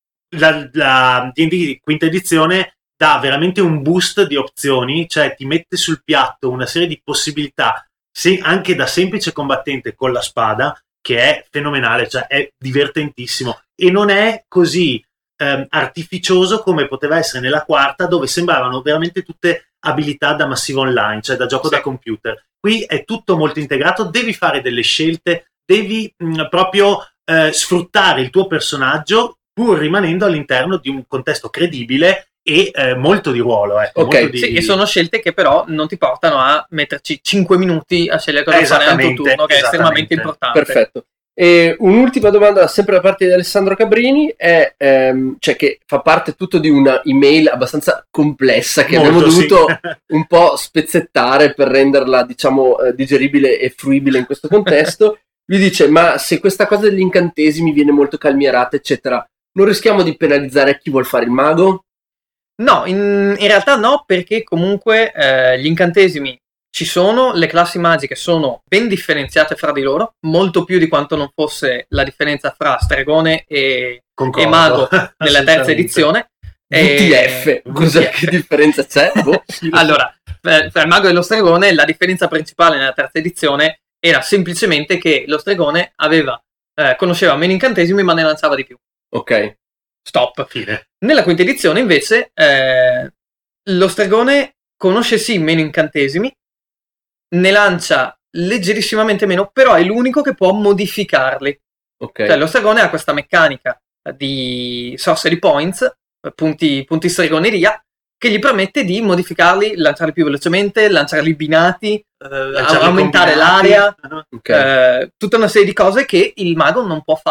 Speaker 3: la, la D and D quinta edizione dà veramente un boost di opzioni, cioè ti mette sul piatto una serie di possibilità, se, anche da semplice combattente con la spada, che è fenomenale, cioè è divertentissimo, e non è così ehm, artificioso come poteva essere nella quarta, dove sembravano veramente tutte abilità da massivo online, cioè da gioco sì. da computer. Qui è tutto molto integrato, devi fare delle scelte, devi mh, proprio eh, sfruttare il tuo personaggio pur rimanendo all'interno di un contesto credibile e eh, molto di ruolo. Ecco,
Speaker 2: okay.
Speaker 3: molto di...
Speaker 4: Sì, e sono scelte che però non ti portano a metterci cinque minuti a scegliere cosa fare nel tuo turno, che è estremamente importante.
Speaker 2: Perfetto. E un'ultima domanda, sempre da parte di Alessandro Cabrini, è ehm, cioè che fa parte tutto di una email abbastanza complessa che molto, abbiamo dovuto sì. un po' spezzettare per renderla, diciamo, eh, digeribile e fruibile in questo contesto. Lui dice: ma se questa cosa degli incantesimi viene molto calmierata, eccetera, non rischiamo di penalizzare chi vuol fare il mago?
Speaker 4: No, in, in realtà no, perché comunque eh, gli incantesimi ci sono, le classi magiche sono ben differenziate fra di loro, molto più di quanto non fosse la differenza fra stregone e, e mago nella terza edizione.
Speaker 2: V T F, cosa, V T F. Che differenza c'è? Boh.
Speaker 4: Allora, tra il mago e lo stregone la differenza principale nella terza edizione era semplicemente che lo stregone aveva, eh, conosceva meno incantesimi ma ne lanciava di più.
Speaker 2: Ok.
Speaker 4: Stop.
Speaker 3: Fine.
Speaker 4: Nella quinta edizione invece eh, lo stregone conosce sì meno incantesimi, ne lancia leggerissimamente meno, però è l'unico che può modificarli.
Speaker 2: Okay.
Speaker 4: Cioè lo stregone ha questa meccanica di sorcery points, punti, punti stregoneria, che gli permette di modificarli, lanciarli più velocemente, lanciarli binati, eh, aumentare
Speaker 3: combinati.
Speaker 4: l'area,
Speaker 2: Okay.
Speaker 4: eh, tutta una serie di cose che il mago non può fare.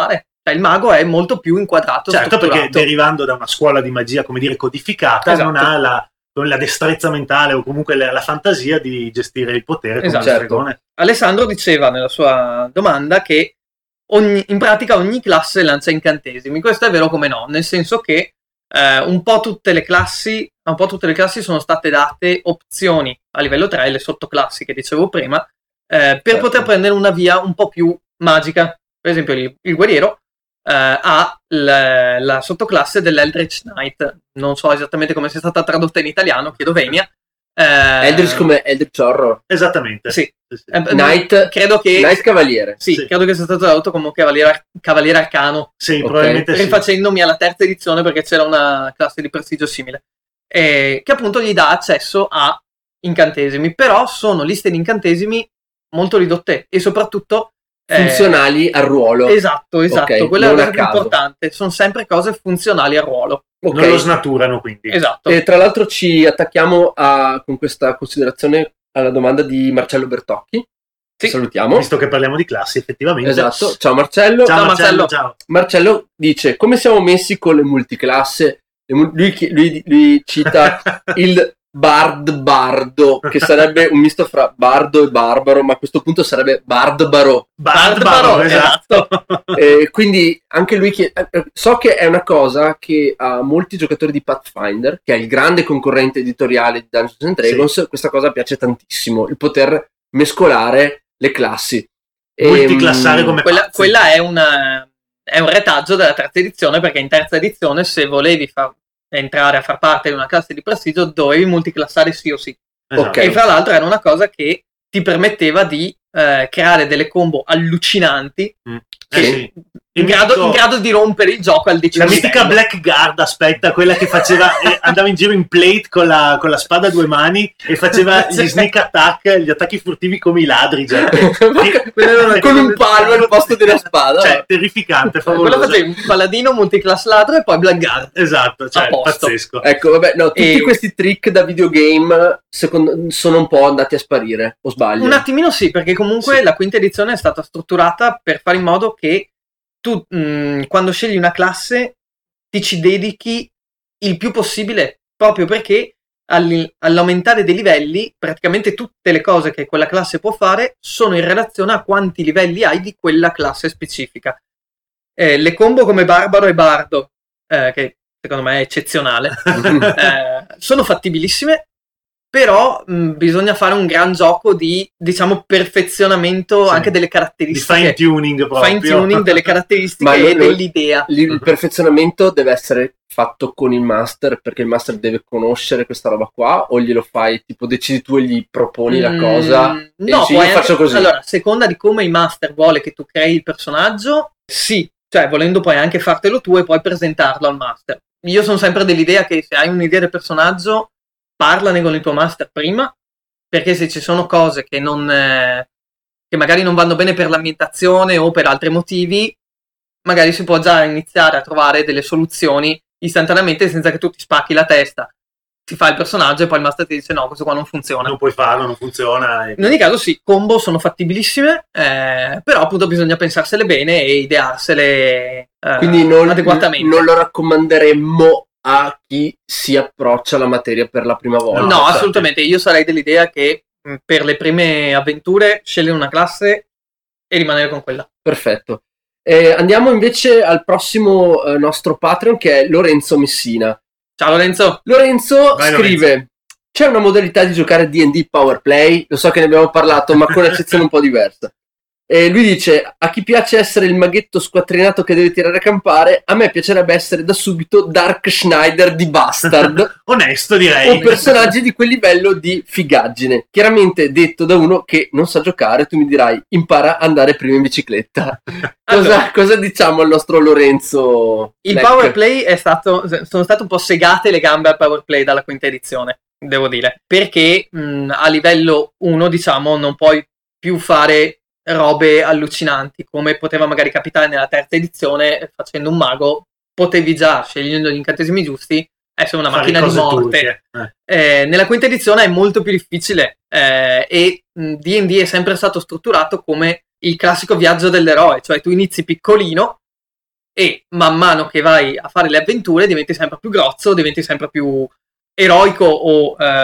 Speaker 4: Cioè, il mago è molto più inquadrato,
Speaker 3: certo,
Speaker 4: strutturato.
Speaker 3: Perché derivando da una scuola di magia, come dire, codificata,
Speaker 4: Esatto.
Speaker 3: non ha la, la destrezza mentale o comunque la, la fantasia di gestire il potere come
Speaker 4: Esatto.
Speaker 3: un stregone.
Speaker 4: Alessandro diceva nella sua domanda che ogni, in pratica ogni classe lancia incantesimi. Questo è vero come no, nel senso che eh, un po' tutte le classi un po' tutte le classi sono state date opzioni a livello tre, le sottoclassi che dicevo prima, eh, per
Speaker 2: certo.
Speaker 4: poter prendere una via un po' più magica. Per esempio il, il guerriero eh, ha la, la sottoclasse dell'Eldritch Knight, non so esattamente come sia stata tradotta in italiano, chiedo venia. Eh,
Speaker 2: Eldritch come Eldritch Horror?
Speaker 3: Esattamente.
Speaker 4: Sì.
Speaker 3: Sì, sì.
Speaker 4: Eh,
Speaker 2: Knight,
Speaker 4: credo che
Speaker 2: Knight Cavaliere.
Speaker 4: Sì,
Speaker 3: Sì.
Speaker 4: credo che sia stato tradotto come Cavaliere, Cavaliere Arcano.
Speaker 3: Sì,
Speaker 2: Ok.
Speaker 3: probabilmente sì.
Speaker 4: Rifacendomi alla terza edizione perché c'era una classe di prestigio simile, eh, che appunto gli dà accesso a incantesimi, però sono liste di incantesimi molto ridotte e soprattutto eh,
Speaker 2: Funzionali al ruolo.
Speaker 4: Esatto, esatto,
Speaker 2: Ok,
Speaker 4: quella è
Speaker 2: non
Speaker 4: la
Speaker 2: a
Speaker 4: cosa più
Speaker 2: caso.
Speaker 4: importante, sono sempre cose funzionali al ruolo.
Speaker 2: Ok.
Speaker 3: Non lo snaturano, quindi.
Speaker 4: Esatto.
Speaker 2: E tra l'altro ci attacchiamo a, con questa considerazione alla domanda di Marcello Bertocchi. Sì. Salutiamo.
Speaker 3: Visto che parliamo di classi, effettivamente.
Speaker 2: Esatto. Ciao Marcello.
Speaker 3: Ciao,
Speaker 4: Ciao,
Speaker 3: Marcello.
Speaker 4: Marcello.
Speaker 3: Ciao.
Speaker 2: Marcello dice: come siamo messi con le multiclasse? Le mu- lui, chi- lui- lui cita il Bard Bardo, che sarebbe un misto fra bardo e barbaro, ma a questo punto sarebbe barbaro.
Speaker 3: Barbaro, esatto.
Speaker 2: Eh, quindi anche lui chi- eh, so che è una cosa che a molti giocatori di Pathfinder, che è il grande concorrente editoriale di Dungeons and Dragons,
Speaker 3: Sì.
Speaker 2: questa cosa piace tantissimo, il poter mescolare le classi.
Speaker 3: Multiclassare
Speaker 2: Ehm,
Speaker 3: come
Speaker 4: Quella,
Speaker 3: pazzi.
Speaker 4: quella è, una, è un retaggio della terza edizione, perché in terza edizione se volevi far, entrare a far parte di una classe di prestigio dovevi multiclassare sì o sì.
Speaker 3: Esatto.
Speaker 2: Ok.
Speaker 4: E fra l'altro era una cosa che ti permetteva di eh, creare delle combo allucinanti
Speaker 3: Mm.
Speaker 4: che-
Speaker 3: Eh sì.
Speaker 4: in,
Speaker 3: Il
Speaker 4: grado,
Speaker 3: mitico-
Speaker 4: in grado di rompere il gioco al
Speaker 3: La
Speaker 4: decimo
Speaker 3: mitica
Speaker 4: livello.
Speaker 3: Blackguard, aspetta, quella che faceva eh, andava in giro in plate con la, con la spada a due mani e faceva gli sneak attack, gli attacchi furtivi come i ladri, cioè, che-
Speaker 2: con un palmo al posto della spada.
Speaker 3: cioè terrificante,
Speaker 4: Quello
Speaker 3: favoloso.
Speaker 4: facevi un paladino multiclass ladro e poi Blackguard.
Speaker 3: Esatto, cioè
Speaker 4: A posto.
Speaker 3: pazzesco.
Speaker 2: Ecco, vabbè, no, tutti
Speaker 4: E-
Speaker 2: questi trick da videogame secondo, sono un po' andati a sparire, o sbaglio?
Speaker 4: Un attimino sì, perché comunque
Speaker 3: Sì.
Speaker 4: la quinta edizione è stata strutturata per fare in modo che tu, mh, quando scegli una classe, ti ci dedichi il più possibile, proprio perché all- all'aumentare dei livelli, praticamente tutte le cose che quella classe può fare sono in relazione a quanti livelli hai di quella classe specifica. Eh, le combo come Barbaro e Bardo, eh, che secondo me è eccezionale, eh, sono fattibilissime, però mh, bisogna fare un gran gioco di, diciamo, perfezionamento
Speaker 3: Sì.
Speaker 4: anche delle
Speaker 3: Di
Speaker 4: caratteristiche.
Speaker 3: fine tuning proprio.
Speaker 4: Fine tuning delle caratteristiche
Speaker 2: Ma
Speaker 4: e
Speaker 2: noi- noi-
Speaker 4: dell'idea.
Speaker 2: Il il perfezionamento deve essere fatto con il master, perché il master deve conoscere questa roba qua, o glielo fai, tipo decidi tu e gli proponi la
Speaker 4: Mm,
Speaker 2: cosa e
Speaker 4: no,
Speaker 2: dici,
Speaker 4: puoi
Speaker 2: io
Speaker 4: anche-
Speaker 2: faccio così.
Speaker 4: Allora, a seconda di come il master vuole che tu crei il personaggio, sì, cioè volendo puoi anche fartelo tu e poi presentarlo al master. Io sono sempre dell'idea che se hai un'idea del personaggio, parlane con il tuo master prima, perché se ci sono cose che non eh, che magari non vanno bene per l'ambientazione o per altri motivi, magari si può già iniziare a trovare delle soluzioni istantaneamente senza che tu ti spacchi la testa. Si fa il personaggio e poi il master ti dice no, questo qua non funziona.
Speaker 3: Non puoi farlo, non funziona. e-
Speaker 4: In ogni caso sì, combo sono fattibilissime, eh, però appunto bisogna pensarsele bene e idearsele eh,
Speaker 2: Quindi non,
Speaker 4: adeguatamente.
Speaker 2: non lo raccomanderemmo a chi si approccia alla materia per la prima volta.
Speaker 4: No,
Speaker 3: No, certo.
Speaker 4: assolutamente. Io sarei dell'idea che mh, per le prime avventure scegliere una classe e rimanere con quella.
Speaker 2: Perfetto. Eh, andiamo invece al prossimo eh, nostro Patreon, che è Lorenzo Messina.
Speaker 4: Ciao Lorenzo.
Speaker 2: Lorenzo
Speaker 3: Vai,
Speaker 2: scrive:
Speaker 3: Lorenzo.
Speaker 2: c'è una modalità di giocare D and D Power Play? Lo so che ne abbiamo parlato, ma con un'eccezione un po' diversa. E lui dice: a chi piace essere il maghetto squattrinato che deve tirare a campare, a me piacerebbe essere da subito Dark Schneider di Bastard
Speaker 3: Onesto, direi.
Speaker 2: o personaggi di quel livello di figaggine. Chiaramente detto da uno che non sa giocare, tu mi dirai: impara a andare prima in bicicletta. Cosa,
Speaker 4: Allora.
Speaker 2: cosa diciamo al nostro Lorenzo?
Speaker 4: Il
Speaker 2: Leck?
Speaker 4: power play è stato, sono state un po' segate le gambe al power play dalla quinta edizione, devo dire, perché mh, a livello uno, diciamo, non puoi più fare robe allucinanti come poteva magari capitare nella terza edizione. Facendo un mago potevi già, scegliendo gli incantesimi giusti, essere una
Speaker 3: Fare
Speaker 4: macchina di
Speaker 3: cose
Speaker 4: morte.
Speaker 3: turche. Eh.
Speaker 4: Eh, nella quinta edizione è molto più difficile eh, e mh, D and D è sempre stato strutturato come il classico viaggio dell'eroe, cioè tu inizi piccolino e man mano che vai a fare le avventure diventi sempre più grozzo, diventi sempre più eroico o eh,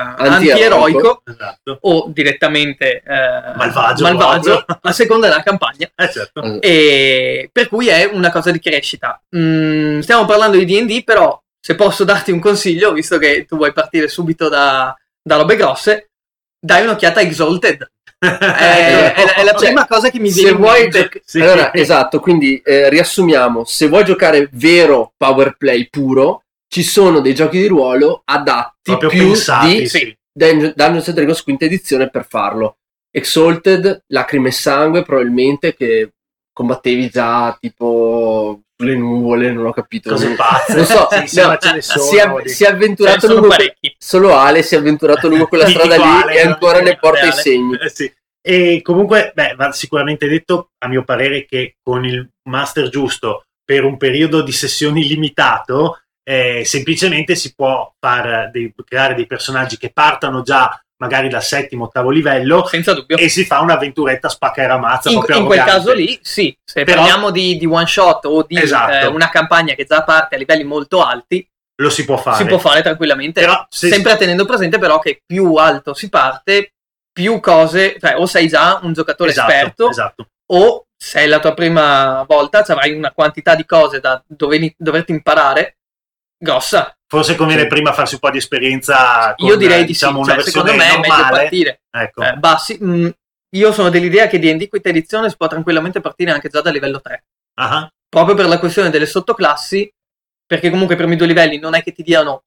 Speaker 4: antieroico,
Speaker 3: esatto.
Speaker 4: o direttamente eh,
Speaker 3: malvagio,
Speaker 4: malvagio a seconda della campagna.
Speaker 3: Eh, certo.
Speaker 4: E per cui è una cosa di crescita. Mm, stiamo parlando di D and D, però se posso darti un consiglio, visto che tu vuoi partire subito da, da robe grosse, dai un'occhiata a Exalted. è, è, è la prima cioè, cosa che mi viene in mente.
Speaker 2: Gioc- sì. Allora, esatto, quindi eh, riassumiamo, se vuoi giocare vero power play puro, ci sono dei giochi di ruolo adatti
Speaker 3: proprio
Speaker 2: più
Speaker 3: pensati,
Speaker 2: di
Speaker 3: sì.
Speaker 2: Dungeons and Dragons quinta edizione per farlo. Exalted, Lacrime e Sangue, probabilmente, che combattevi già tipo sulle nuvole, non ho capito.
Speaker 3: Cose pazze.
Speaker 2: Non so,
Speaker 3: sì,
Speaker 2: no,
Speaker 3: ce ne sono,
Speaker 2: si, è, si è avventurato
Speaker 4: lungo que-
Speaker 2: solo Ale si è avventurato lungo quella strada lì
Speaker 3: Ale,
Speaker 2: e ancora ne porta
Speaker 3: Ale.
Speaker 2: i segni.
Speaker 3: Eh, sì. E comunque, beh, va sicuramente detto, a mio parere, che con il master giusto per un periodo di sessioni limitato, eh, semplicemente si può far dei, creare dei personaggi che partano già magari dal settimo, ottavo livello,
Speaker 4: senza dubbio,
Speaker 3: e si fa un'avventuretta spacca e ramazza.
Speaker 4: In, in quel caso lì, sì, se Però, parliamo di, di one shot o di esatto. eh, una campagna che già parte a livelli molto alti,
Speaker 3: lo si può fare.
Speaker 4: Si può fare tranquillamente,
Speaker 3: però, se
Speaker 4: sempre
Speaker 3: si...
Speaker 4: tenendo presente però che più alto si parte, più cose, cioè o sei già un giocatore
Speaker 3: esatto,
Speaker 4: esperto,
Speaker 3: esatto.
Speaker 4: o se è la tua prima volta, cioè avrai una quantità di cose da dove, doverti imparare grossa.
Speaker 3: Forse conviene sì. prima farsi un po' di esperienza con,
Speaker 4: io direi di
Speaker 3: diciamo,
Speaker 4: sì,
Speaker 3: una
Speaker 4: cioè, secondo me
Speaker 3: normale.
Speaker 4: È meglio partire
Speaker 3: ecco.
Speaker 4: eh, bassi. Mh, io sono dell'idea che D and D quinta edizione si può tranquillamente partire anche già da livello tre,
Speaker 3: uh-huh.
Speaker 4: proprio per la questione delle sottoclassi, perché comunque i primi due livelli non è che ti diano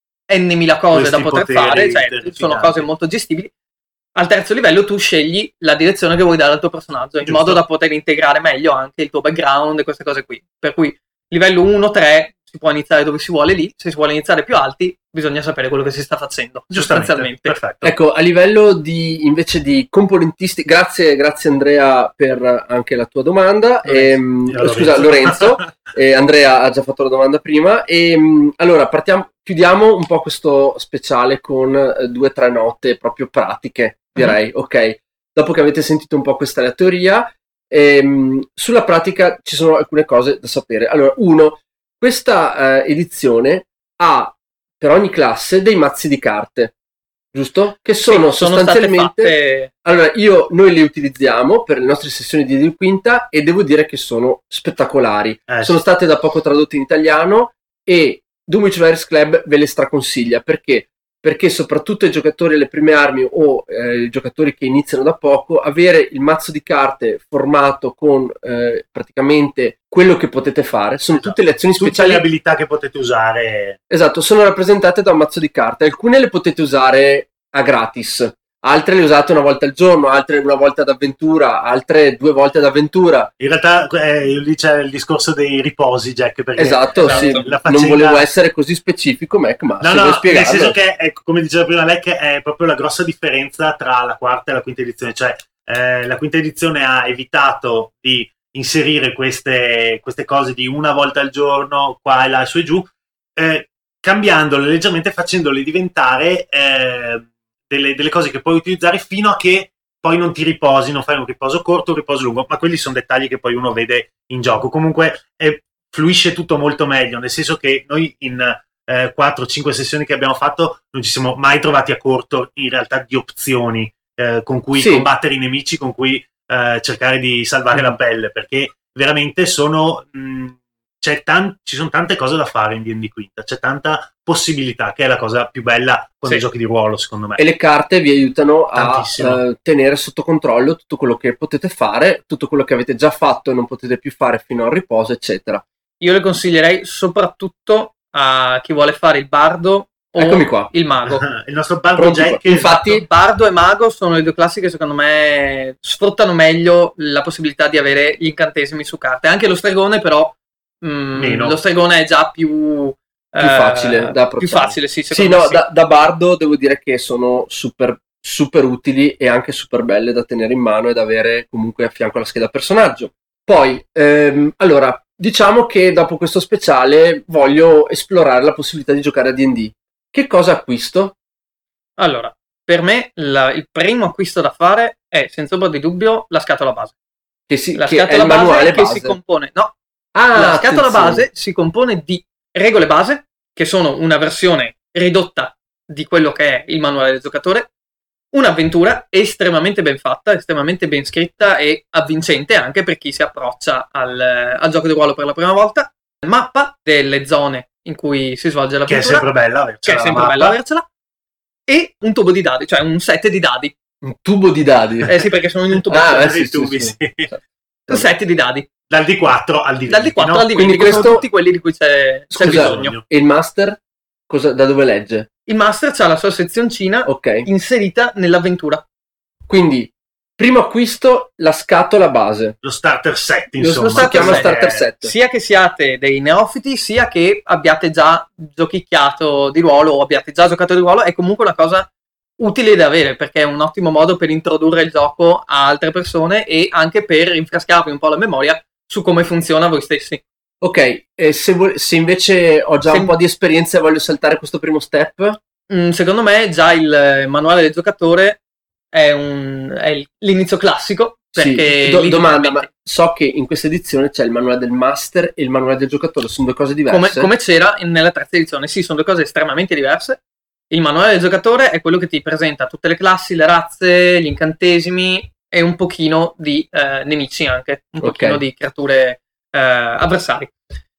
Speaker 4: n mila cose
Speaker 3: Questi
Speaker 4: da poter fare, cioè sono cose molto gestibili. Al terzo livello tu scegli la direzione che vuoi dare al tuo personaggio, in
Speaker 3: Giusto.
Speaker 4: modo da poter integrare meglio anche il tuo background e queste cose qui. Per cui livello uno tre si può iniziare dove si vuole lì, se si vuole iniziare più alti bisogna sapere quello che si sta facendo, sostanzialmente.
Speaker 3: Perfetto.
Speaker 2: Ecco, a livello di invece di componentisti, grazie, grazie Andrea per anche la tua domanda. Ehm,
Speaker 3: Lorenzo.
Speaker 2: Scusa Lorenzo, eh, Andrea ha già fatto la domanda prima. E, allora partiamo, chiudiamo un po' questo speciale con eh, due o tre note proprio pratiche, direi. Mm-hmm. Ok, dopo che avete sentito un po' questa la teoria, ehm, sulla pratica ci sono alcune cose da sapere. Allora, uno, questa eh, edizione ha per ogni classe dei mazzi di carte, giusto? Che sono,
Speaker 4: sì, sono
Speaker 2: sostanzialmente
Speaker 4: fatte...
Speaker 2: allora io noi le utilizziamo per le nostre sessioni di D and D quinta e devo dire che sono spettacolari.
Speaker 3: Eh,
Speaker 2: sono
Speaker 3: sì.
Speaker 2: state da poco tradotte in italiano e Dunwich Buyers Club ve le straconsiglia. Perché? Perché soprattutto i giocatori alle prime armi o eh, i giocatori che iniziano da poco, avere il mazzo di carte formato con eh, praticamente quello che potete fare, sono
Speaker 3: esatto.
Speaker 2: tutte le azioni
Speaker 3: tutte
Speaker 2: speciali,
Speaker 3: le abilità che potete usare.
Speaker 2: Esatto, sono rappresentate da un mazzo di carte. Alcune le potete usare a gratis, altre le usate una volta al giorno, altre una volta d'avventura, altre due volte d'avventura.
Speaker 3: In realtà eh, lì c'è il discorso dei riposi, Jack, perché
Speaker 2: esatto, esatto. Sì,
Speaker 3: la faccenda...
Speaker 2: non volevo essere così specifico, Mac, ma
Speaker 3: no,
Speaker 2: se
Speaker 3: no,
Speaker 2: vuoi spiegarlo.
Speaker 3: nel senso che, è, come diceva prima lei, che è proprio la grossa differenza tra la quarta e la quinta edizione, cioè eh, la quinta edizione ha evitato di inserire queste, queste cose di una volta al giorno, qua e là, su e giù, eh, cambiandole leggermente, facendole diventare eh, delle, delle cose che puoi utilizzare fino a che poi non ti riposi, non fai un riposo corto, un riposo lungo, ma quelli sono dettagli che poi uno vede in gioco. Comunque eh, fluisce tutto molto meglio, nel senso che noi in eh, quattro cinque sessioni che abbiamo fatto non ci siamo mai trovati a corto in realtà di opzioni eh, con cui sì. combattere i nemici, con cui eh, cercare di salvare mm. la pelle, perché veramente sono mh, c'è tan- ci sono tante cose da fare in D and D quinta, c'è tanta possibilità, che è la cosa più bella con sì. i giochi di ruolo, secondo me.
Speaker 2: E le carte vi aiutano a uh, tenere sotto controllo tutto quello che potete fare, tutto quello che avete già fatto e non potete più fare fino al riposo, eccetera.
Speaker 4: Io le consiglierei soprattutto a chi vuole fare il bardo o
Speaker 2: Eccomi qua.
Speaker 4: il mago.
Speaker 3: Il nostro bardo
Speaker 2: Pronti
Speaker 3: Jack,
Speaker 2: qua. Infatti
Speaker 4: esatto. Bardo e mago sono le due classi che secondo me sfruttano meglio la possibilità di avere gli incantesimi su carte. Anche lo stregone però mm, lo stregone è già più
Speaker 2: più facile da approcciare.
Speaker 4: Più facile, sì,
Speaker 2: sì, no, sì. Da, da bardo devo dire che sono super super utili e anche super belle da tenere in mano ed avere comunque a fianco alla scheda personaggio. Poi ehm, allora diciamo che dopo questo speciale voglio esplorare la possibilità di giocare a D and D. Che cosa acquisto?
Speaker 4: Allora, per me la, il primo acquisto da fare è senza ombra di dubbio la scatola base.
Speaker 2: Che si,
Speaker 4: la
Speaker 2: che
Speaker 4: scatola
Speaker 2: è il
Speaker 4: base,
Speaker 2: manuale
Speaker 4: che
Speaker 2: base.
Speaker 4: si compone, no,
Speaker 2: Ah,
Speaker 4: la scatola
Speaker 2: attenzione.
Speaker 4: base si compone di regole base, che sono una versione ridotta di quello che è il manuale del giocatore, un'avventura estremamente ben fatta, estremamente ben scritta e avvincente anche per chi si approccia al, al gioco di ruolo per la prima volta, mappa delle zone in cui si svolge l'avventura,
Speaker 3: che è sempre bella
Speaker 4: che
Speaker 3: avercela,
Speaker 4: è sempre
Speaker 3: la
Speaker 4: bello
Speaker 3: mappa.
Speaker 4: avercela, e un tubo di dadi, cioè un set di dadi.
Speaker 2: Un tubo di dadi.
Speaker 4: Eh sì, perché sono in un tubo.
Speaker 2: Ah, eh,
Speaker 3: Sì,
Speaker 2: sì,
Speaker 3: tubi,
Speaker 2: sì,
Speaker 3: sì.
Speaker 4: Un set di dadi.
Speaker 3: Dal D quattro al D venti.
Speaker 4: Dal D quattro
Speaker 3: no?
Speaker 4: al D venti,
Speaker 2: Quindi
Speaker 4: che
Speaker 2: questo-
Speaker 4: sono tutti quelli di cui c'è, c'è
Speaker 2: Scusa,
Speaker 4: bisogno.
Speaker 2: E il master? Cosa, da dove legge?
Speaker 4: Il master ha la sua sezioncina
Speaker 2: Ok.
Speaker 4: inserita nell'avventura.
Speaker 2: Quindi, primo acquisto, la scatola base.
Speaker 3: Lo starter set,
Speaker 2: Lo-
Speaker 3: insomma.
Speaker 2: lo si chiama
Speaker 3: che-
Speaker 2: starter set.
Speaker 4: Sia che siate dei neofiti, sia che abbiate già giochicchiato di ruolo o abbiate già giocato di ruolo, è comunque una cosa utile da avere, perché è un ottimo modo per introdurre il gioco a altre persone e anche per rinfrescarvi un po' la memoria su come funziona voi stessi.
Speaker 2: Ok, e se, vo- se invece ho già
Speaker 4: Se-
Speaker 2: un po' di esperienza e voglio saltare questo primo step,
Speaker 4: Mm, secondo me già il manuale del giocatore è, un, è il- l'inizio classico, perché
Speaker 2: sì. Do-
Speaker 4: lì
Speaker 2: domanda, ma
Speaker 4: veramente-
Speaker 2: so che in questa edizione c'è il manuale del master e il manuale del giocatore, sono due cose diverse.
Speaker 4: come, come c'era in- nella terza edizione, sì, sono due cose estremamente diverse. Il manuale del giocatore è quello che ti presenta tutte le classi, le razze, gli incantesimi e un pochino di eh, nemici anche, un
Speaker 2: Ok.
Speaker 4: pochino di creature eh, avversari.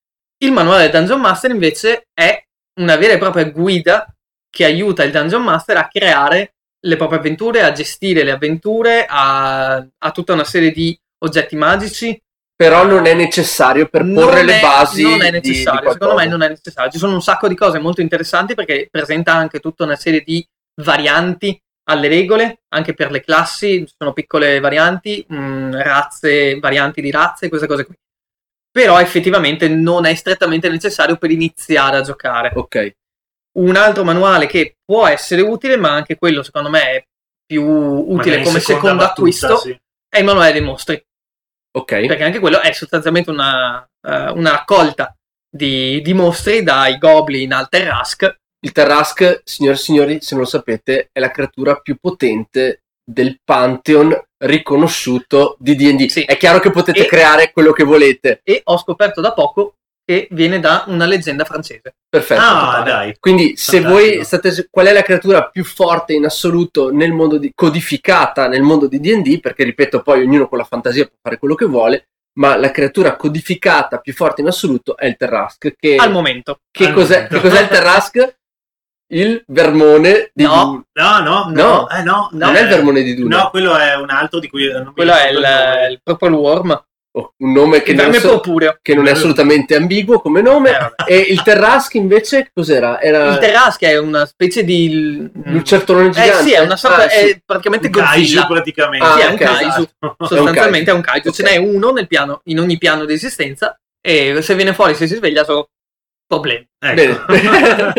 Speaker 4: Il manuale del Dungeon Master invece è una vera e propria guida che aiuta il Dungeon Master a creare le proprie avventure, a gestire le avventure, a, a tutta una serie di oggetti magici.
Speaker 2: Però non è necessario per porre
Speaker 4: Non
Speaker 2: le
Speaker 4: è-
Speaker 2: basi.
Speaker 4: non è
Speaker 2: di- di
Speaker 4: necessario, secondo me
Speaker 2: qualcosa.
Speaker 4: non è necessario. Ci sono un sacco di cose molto interessanti perché presenta anche tutta una serie di varianti alle regole, anche per le classi, ci sono piccole varianti, mh, razze, varianti di razze, queste cose qui. Però effettivamente non è strettamente necessario per iniziare a giocare.
Speaker 2: Ok.
Speaker 4: Un altro manuale che può essere utile, ma anche quello secondo me è più utile
Speaker 3: Magari in
Speaker 4: come
Speaker 3: seconda
Speaker 4: secondo
Speaker 3: battuta,
Speaker 4: acquisto,
Speaker 3: sì.
Speaker 4: è il manuale dei mostri.
Speaker 2: Ok.
Speaker 4: Perché anche quello è sostanzialmente una, eh, una raccolta di, di mostri dai goblin al Terrask.
Speaker 2: Il Tarrasque, signore e signori, se non lo sapete, è la creatura più potente del Pantheon riconosciuto di D and D.
Speaker 4: Sì.
Speaker 2: È chiaro che potete
Speaker 4: E-
Speaker 2: creare quello che volete.
Speaker 4: E ho scoperto da poco che viene da una leggenda francese.
Speaker 2: Perfetto.
Speaker 3: Ah,
Speaker 4: totale.
Speaker 3: dai.
Speaker 2: Quindi, se
Speaker 3: Fantastico.
Speaker 2: voi state, qual è la creatura più forte in assoluto nel mondo di, codificata nel mondo di D and D? Perché ripeto, poi ognuno con la fantasia può fare quello che vuole, ma la creatura codificata più forte in assoluto è il Tarrasque. Che,
Speaker 4: Al momento.
Speaker 2: che,
Speaker 3: Al
Speaker 2: cos'è,
Speaker 3: momento.
Speaker 2: che cos'è il Tarrasque? Il vermone di
Speaker 4: No.
Speaker 3: No, no,
Speaker 2: No.
Speaker 3: eh, no,
Speaker 2: Non
Speaker 3: eh,
Speaker 2: è il vermone di Dune.
Speaker 3: No, quello è un altro di cui non mi
Speaker 4: Quello è
Speaker 3: ricordo il nome.
Speaker 4: il, il Purple Worm.
Speaker 2: Oh, un nome che
Speaker 4: Il
Speaker 2: non,
Speaker 4: verme
Speaker 2: so-
Speaker 4: purpureo.
Speaker 2: che non è assolutamente ambiguo come nome.
Speaker 4: Eh, vabbè.
Speaker 2: E il Terrasque invece cos'era? Era
Speaker 4: Il Terrask è una specie di...
Speaker 2: lucertolone
Speaker 4: Eh
Speaker 2: gigante?
Speaker 4: sì, è una sorta...
Speaker 2: Ah, sì.
Speaker 4: è praticamente
Speaker 3: Un kaiju
Speaker 4: Godzilla.
Speaker 3: praticamente.
Speaker 2: Ah,
Speaker 4: Sì, è un
Speaker 2: ok,
Speaker 4: kaiju.
Speaker 3: esatto.
Speaker 4: Sostanzialmente è un kaiju.
Speaker 2: Ok.
Speaker 4: Ce n'è uno nel piano, in ogni piano di esistenza e se viene fuori, se si sveglia, sono problemi.
Speaker 3: Ecco.
Speaker 2: Bene.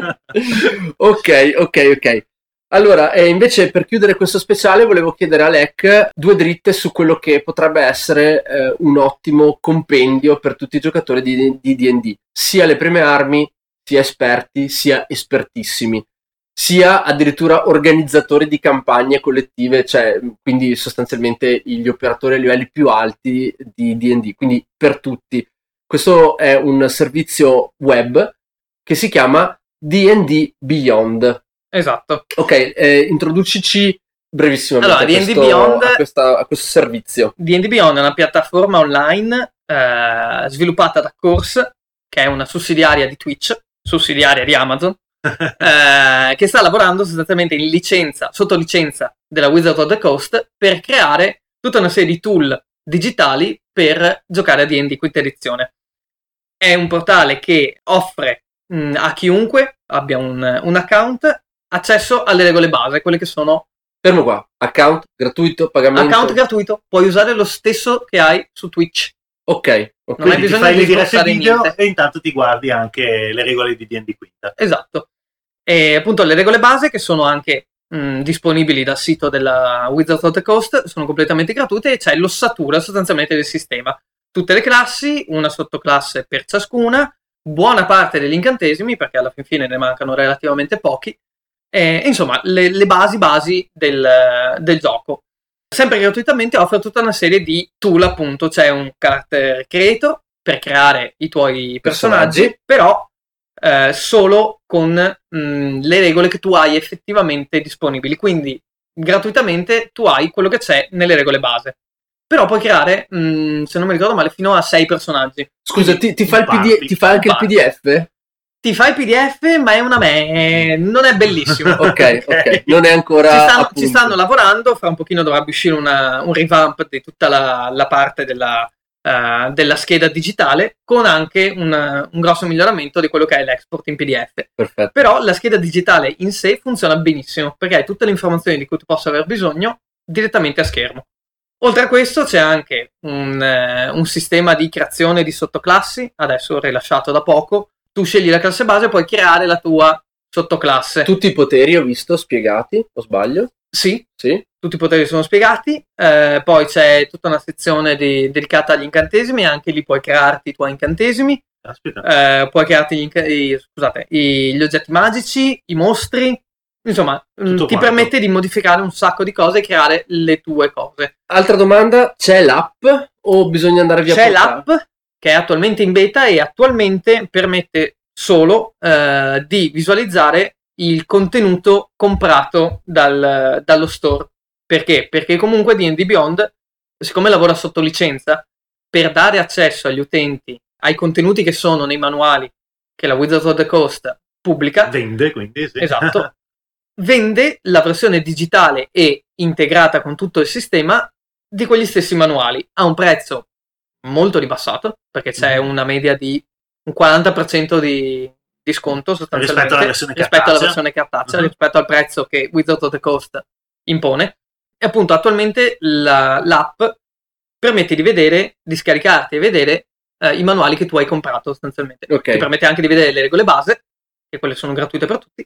Speaker 2: ok, ok, ok. Allora, eh, invece per chiudere questo speciale volevo chiedere a Lec due dritte su quello che potrebbe essere eh, un ottimo compendio per tutti i giocatori di di D and D, sia le prime armi, sia esperti, sia espertissimi, sia addirittura organizzatori di campagne collettive, cioè quindi sostanzialmente gli operatori a livelli più alti di D and D, quindi per tutti. Questo è un servizio web che si chiama D and D Beyond.
Speaker 4: Esatto.
Speaker 2: Ok, eh, introducici brevissimamente
Speaker 4: Allora,
Speaker 2: a,
Speaker 4: D and D
Speaker 2: questo,
Speaker 4: Beyond-
Speaker 2: a, questa- a questo servizio.
Speaker 4: D and D Beyond è una piattaforma online eh, sviluppata da Course, che è una sussidiaria di Twitch, sussidiaria di Amazon, eh, che sta lavorando sostanzialmente in licenza, sotto licenza della Wizard of the Coast per creare tutta una serie di tool digitali per giocare a D and D quinta edizione. È un portale che offre mh, a chiunque abbia un, un account accesso alle regole base, quelle che sono
Speaker 2: Fermo qua, account gratuito, pagamento.
Speaker 4: account gratuito, puoi usare lo stesso che hai su Twitch.
Speaker 2: Ok, ok.
Speaker 4: Non hai
Speaker 3: Quindi ti
Speaker 4: bisogno
Speaker 3: fai
Speaker 4: di
Speaker 3: le dirette
Speaker 4: sborsare
Speaker 3: video
Speaker 4: niente.
Speaker 3: e intanto ti guardi anche le regole di D and D quinta.
Speaker 4: Esatto. E appunto le regole base che sono anche mh, disponibili dal sito della Wizards of the Coast sono completamente gratuite e c'è l'ossatura sostanzialmente del sistema. Tutte le classi, una sottoclasse per ciascuna, buona parte degli incantesimi perché alla fin fine ne mancano relativamente pochi. E, insomma, le, le basi basi del, del gioco. Sempre gratuitamente offre tutta una serie di tool, appunto, c'è un character creator per creare i tuoi personaggi,
Speaker 2: Personaggi.
Speaker 4: però eh, solo con mh, le regole che tu hai effettivamente disponibili. Quindi gratuitamente tu hai quello che c'è nelle regole base. Però puoi creare, mh, se non mi ricordo male, fino a sei personaggi.
Speaker 2: Scusa, ti, ti, fa il P D
Speaker 3: parti,
Speaker 2: ti fa anche il P D F?
Speaker 4: Ti fa il P D F, ma è una me, non è bellissimo.
Speaker 2: Ok, ok, non è ancora...
Speaker 4: Ci stanno,
Speaker 2: appunto.
Speaker 4: ci stanno lavorando, fra un pochino dovrebbe uscire una, un revamp di tutta la, la parte della, uh, della scheda digitale, con anche un, un grosso miglioramento di quello che è l'export in P D F.
Speaker 2: Perfetto.
Speaker 4: Però la scheda digitale in sé funziona benissimo, perché hai tutte le informazioni di cui tu possa aver bisogno direttamente a schermo. Oltre a questo c'è anche un, eh, un sistema di creazione di sottoclassi, adesso rilasciato da poco. Tu scegli la classe base e puoi creare la tua sottoclasse.
Speaker 2: Tutti i poteri ho visto spiegati, o sbaglio?
Speaker 4: Sì,
Speaker 2: Sì.
Speaker 4: tutti i poteri sono spiegati. Eh, poi c'è tutta una sezione di, dedicata agli incantesimi, anche lì puoi crearti i tuoi incantesimi.
Speaker 3: Aspetta.
Speaker 4: Eh, puoi crearti gli, inca- i, scusate, i, gli oggetti magici, i mostri. Insomma, mh, ti
Speaker 3: quanto.
Speaker 4: permette di modificare un sacco di cose e creare le tue cose.
Speaker 2: Altra domanda, c'è l'app o bisogna andare via?
Speaker 4: C'è
Speaker 2: portale?
Speaker 4: l'app che è attualmente in beta e attualmente permette solo eh, di visualizzare il contenuto comprato dal, dallo store. Perché? Perché comunque D and D Beyond, siccome lavora sotto licenza, per dare accesso agli utenti ai contenuti che sono nei manuali che la Wizards of the Coast pubblica,
Speaker 3: vende, quindi sì.
Speaker 4: Esatto, vende la versione digitale e integrata con tutto il sistema di quegli stessi manuali a un prezzo molto ribassato, perché c'è
Speaker 3: Mm.
Speaker 4: una media di un quaranta per cento di, di sconto sostanzialmente
Speaker 3: Rispetto alla versione
Speaker 4: rispetto alla
Speaker 3: cartacea.
Speaker 4: versione cartacea,
Speaker 3: Mhm.
Speaker 4: rispetto al prezzo che Wizards of the Coast impone. E appunto attualmente la- l'app permette di vedere, di scaricarti e vedere eh, i manuali che tu hai comprato sostanzialmente.
Speaker 2: Ok.
Speaker 4: Ti permette anche di vedere le regole base, che quelle sono gratuite per tutti.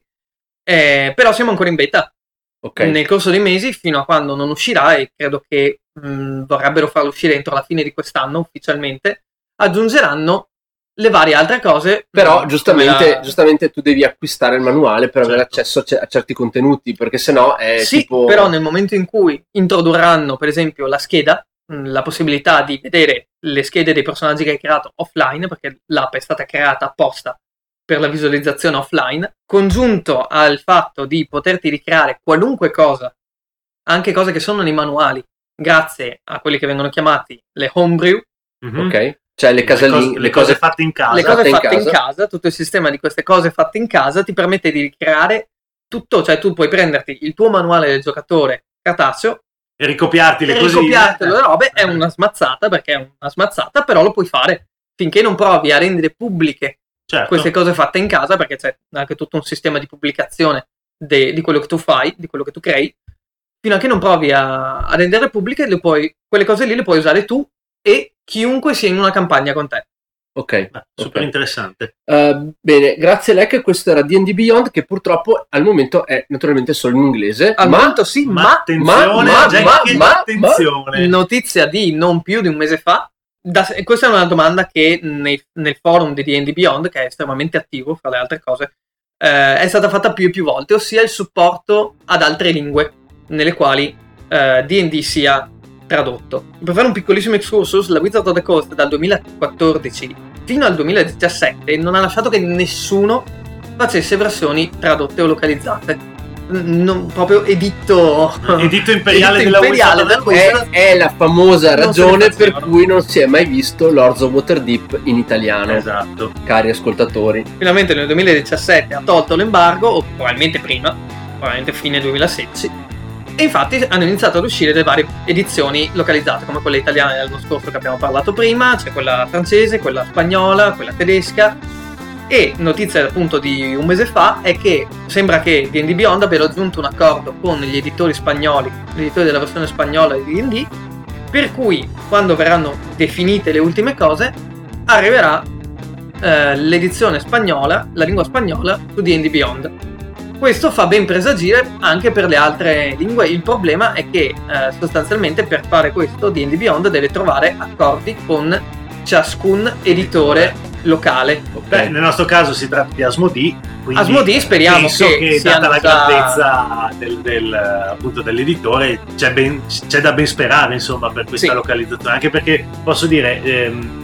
Speaker 4: Eh, però siamo ancora in beta.
Speaker 2: Ok.
Speaker 4: Nel corso dei mesi, fino a quando non uscirà, e credo che mh, vorrebbero farlo uscire entro la fine di quest'anno ufficialmente, aggiungeranno le varie altre cose.
Speaker 2: Però
Speaker 4: mh,
Speaker 2: giustamente,
Speaker 4: come la-
Speaker 2: giustamente tu devi acquistare il manuale per avere
Speaker 3: Certo.
Speaker 2: accesso a, ce- a certi contenuti, perché sennò è
Speaker 4: Sì,
Speaker 2: tipo...
Speaker 4: però nel momento in cui introdurranno, per esempio, la scheda, mh, la possibilità di vedere le schede dei personaggi che hai creato offline, perché l'app è stata creata apposta per la visualizzazione offline, congiunto al fatto di poterti ricreare qualunque cosa, anche cose che sono nei manuali, grazie a quelli che vengono chiamati le homebrew,
Speaker 3: Mhm.
Speaker 2: Ok. Cioè le casalinghe,
Speaker 3: cose, le cose fatte in casa.
Speaker 4: le cose
Speaker 2: fatte in
Speaker 4: fatte in
Speaker 2: casa.
Speaker 4: casa, tutto il sistema di queste cose fatte in casa ti permette di ricreare tutto, cioè tu puoi prenderti il tuo manuale del giocatore cartaceo
Speaker 3: E ricopiarti le
Speaker 4: e
Speaker 3: cose.
Speaker 4: ricopiartelo le robe, è una smazzata, perché è una smazzata, però lo puoi fare finché non provi a rendere pubbliche
Speaker 3: Certo.
Speaker 4: queste cose fatte in casa, perché c'è anche tutto un sistema di pubblicazione de- di quello che tu fai, di quello che tu crei, fino a che non provi a, a renderle pubbliche, le puoi, quelle cose lì le puoi usare tu e chiunque sia in una campagna con te.
Speaker 2: Ok.
Speaker 3: Beh, super
Speaker 2: ok.
Speaker 3: interessante.
Speaker 2: Uh, bene, grazie Lec, questo era D and D Beyond, che purtroppo al momento è naturalmente solo in inglese,
Speaker 4: Al
Speaker 2: ma
Speaker 4: momento sì,
Speaker 3: Ma,
Speaker 4: ma,
Speaker 3: attenzione,
Speaker 2: ma-
Speaker 3: Jack,
Speaker 2: ma- ma-
Speaker 3: attenzione.
Speaker 4: notizia di non più di un mese fa, da, questa è una domanda che nei- nel forum di D and D Beyond, che è estremamente attivo fra le altre cose, eh, è stata fatta più e più volte, ossia il supporto ad altre lingue nelle quali eh, D and D sia tradotto. Per fare un piccolissimo excursus, la Wizard of the Coast dal duemilaquattordici fino al duemiladiciassette non ha lasciato che nessuno facesse versioni tradotte o localizzate. Non, proprio editto
Speaker 3: Editto imperiale
Speaker 4: editto
Speaker 3: della
Speaker 4: imperiale
Speaker 3: Wizard of the
Speaker 4: della
Speaker 3: Coast.
Speaker 2: è, è la famosa
Speaker 4: Non se
Speaker 2: ragione
Speaker 4: ne
Speaker 2: per
Speaker 4: facevano.
Speaker 2: cui non si è mai visto Lords of Waterdeep in italiano,
Speaker 3: Esatto.
Speaker 2: cari ascoltatori.
Speaker 4: Finalmente nel duemiladiciassette ha tolto l'embargo, o probabilmente prima, probabilmente fine duemilasedici, e infatti hanno iniziato ad uscire le varie edizioni localizzate, come quella italiana dell'anno scorso che abbiamo parlato prima, c'è quella francese, quella spagnola, quella tedesca, e notizia appunto di un mese fa è che sembra che D and D Beyond abbia raggiunto un accordo con gli editori spagnoli, gli editori della versione spagnola di D and D, per cui quando verranno definite le ultime cose arriverà eh, l'edizione spagnola, la lingua spagnola su D and D Beyond. Questo fa ben presagire anche per le altre lingue. Il problema è che eh, sostanzialmente per fare questo D and D Beyond deve trovare accordi con ciascun editore locale.
Speaker 3: Beh, nel nostro caso si tratta di Asmodee, quindi
Speaker 4: Asmodee speriamo
Speaker 3: penso
Speaker 4: che
Speaker 3: che,
Speaker 4: siano
Speaker 3: data la
Speaker 4: già-
Speaker 3: grandezza del, del, appunto dell'editore, c'è, ben, c'è da ben sperare insomma per questa
Speaker 4: Sì.
Speaker 3: localizzazione, anche perché posso dire ehm,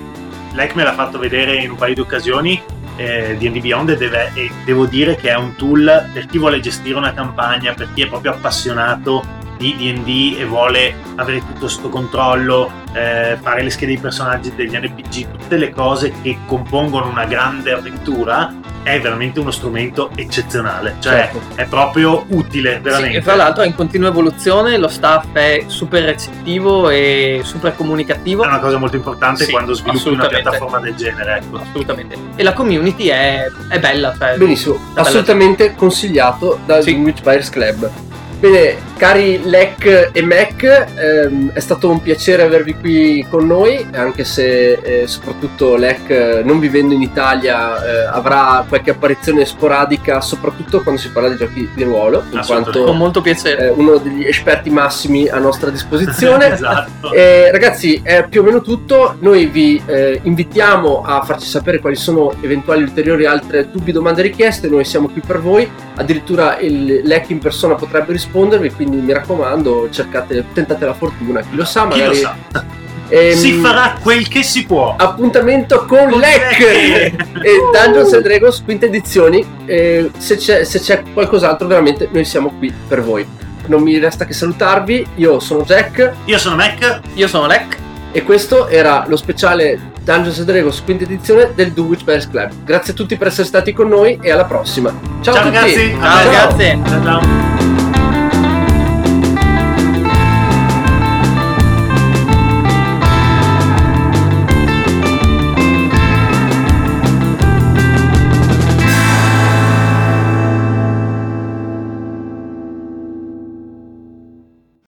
Speaker 3: Lec me l'ha fatto vedere in un paio di occasioni, eh, D and D Beyond, e, deve, e devo dire che è un tool per chi vuole gestire una campagna, per chi è proprio appassionato di D and D e vuole avere tutto sotto controllo, eh, fare le schede dei personaggi, degli N P G, tutte le cose che compongono una grande avventura. È veramente uno strumento eccezionale, cioè certo. È proprio utile, veramente.
Speaker 4: Sì, e tra l'altro è in continua evoluzione, lo staff è super recettivo e super comunicativo.
Speaker 3: È una cosa molto importante, sì, quando sviluppi una piattaforma del genere, ecco.
Speaker 4: Assolutamente. E la community è, è bella, cioè,
Speaker 2: benissimo, assolutamente bella. Consigliato dal sì. Dunwich Buyers Club. Bene, cari Lec e Mac, ehm, è stato un piacere avervi qui con noi, anche se eh, soprattutto Lec, non vivendo in Italia, eh, avrà qualche apparizione sporadica, soprattutto quando si parla di giochi di ruolo, in quanto
Speaker 4: con molto piacere.
Speaker 2: Eh, uno degli esperti massimi a nostra disposizione.
Speaker 3: Esatto.
Speaker 2: Eh, ragazzi, è più o meno tutto. Noi vi eh, invitiamo a farci sapere quali sono eventuali ulteriori altre dubbi, domande, richieste. Noi siamo qui per voi. Addirittura il Lec in persona potrebbe rispondervi, quindi mi raccomando, cercate, tentate la fortuna, chi lo sa, magari.
Speaker 3: Chi lo sa. Ehm, si farà quel che si può.
Speaker 2: Appuntamento con, con Lec e Dungeons and Dragons quinta edizioni. Eh, se, c'è, se c'è qualcos'altro, veramente noi siamo qui per voi. Non mi resta che salutarvi. Io sono Jack.
Speaker 3: Io sono Mac.
Speaker 4: Io sono Lec.
Speaker 2: E questo era lo speciale Dungeons and Dragons quinta edizione del Dunwich Buyers Club. Grazie a tutti per essere stati con noi e alla prossima. Ciao,
Speaker 3: ciao
Speaker 2: a tutti.
Speaker 3: Ragazzi.
Speaker 4: Ciao, ciao ragazzi.
Speaker 3: Ciao, ciao.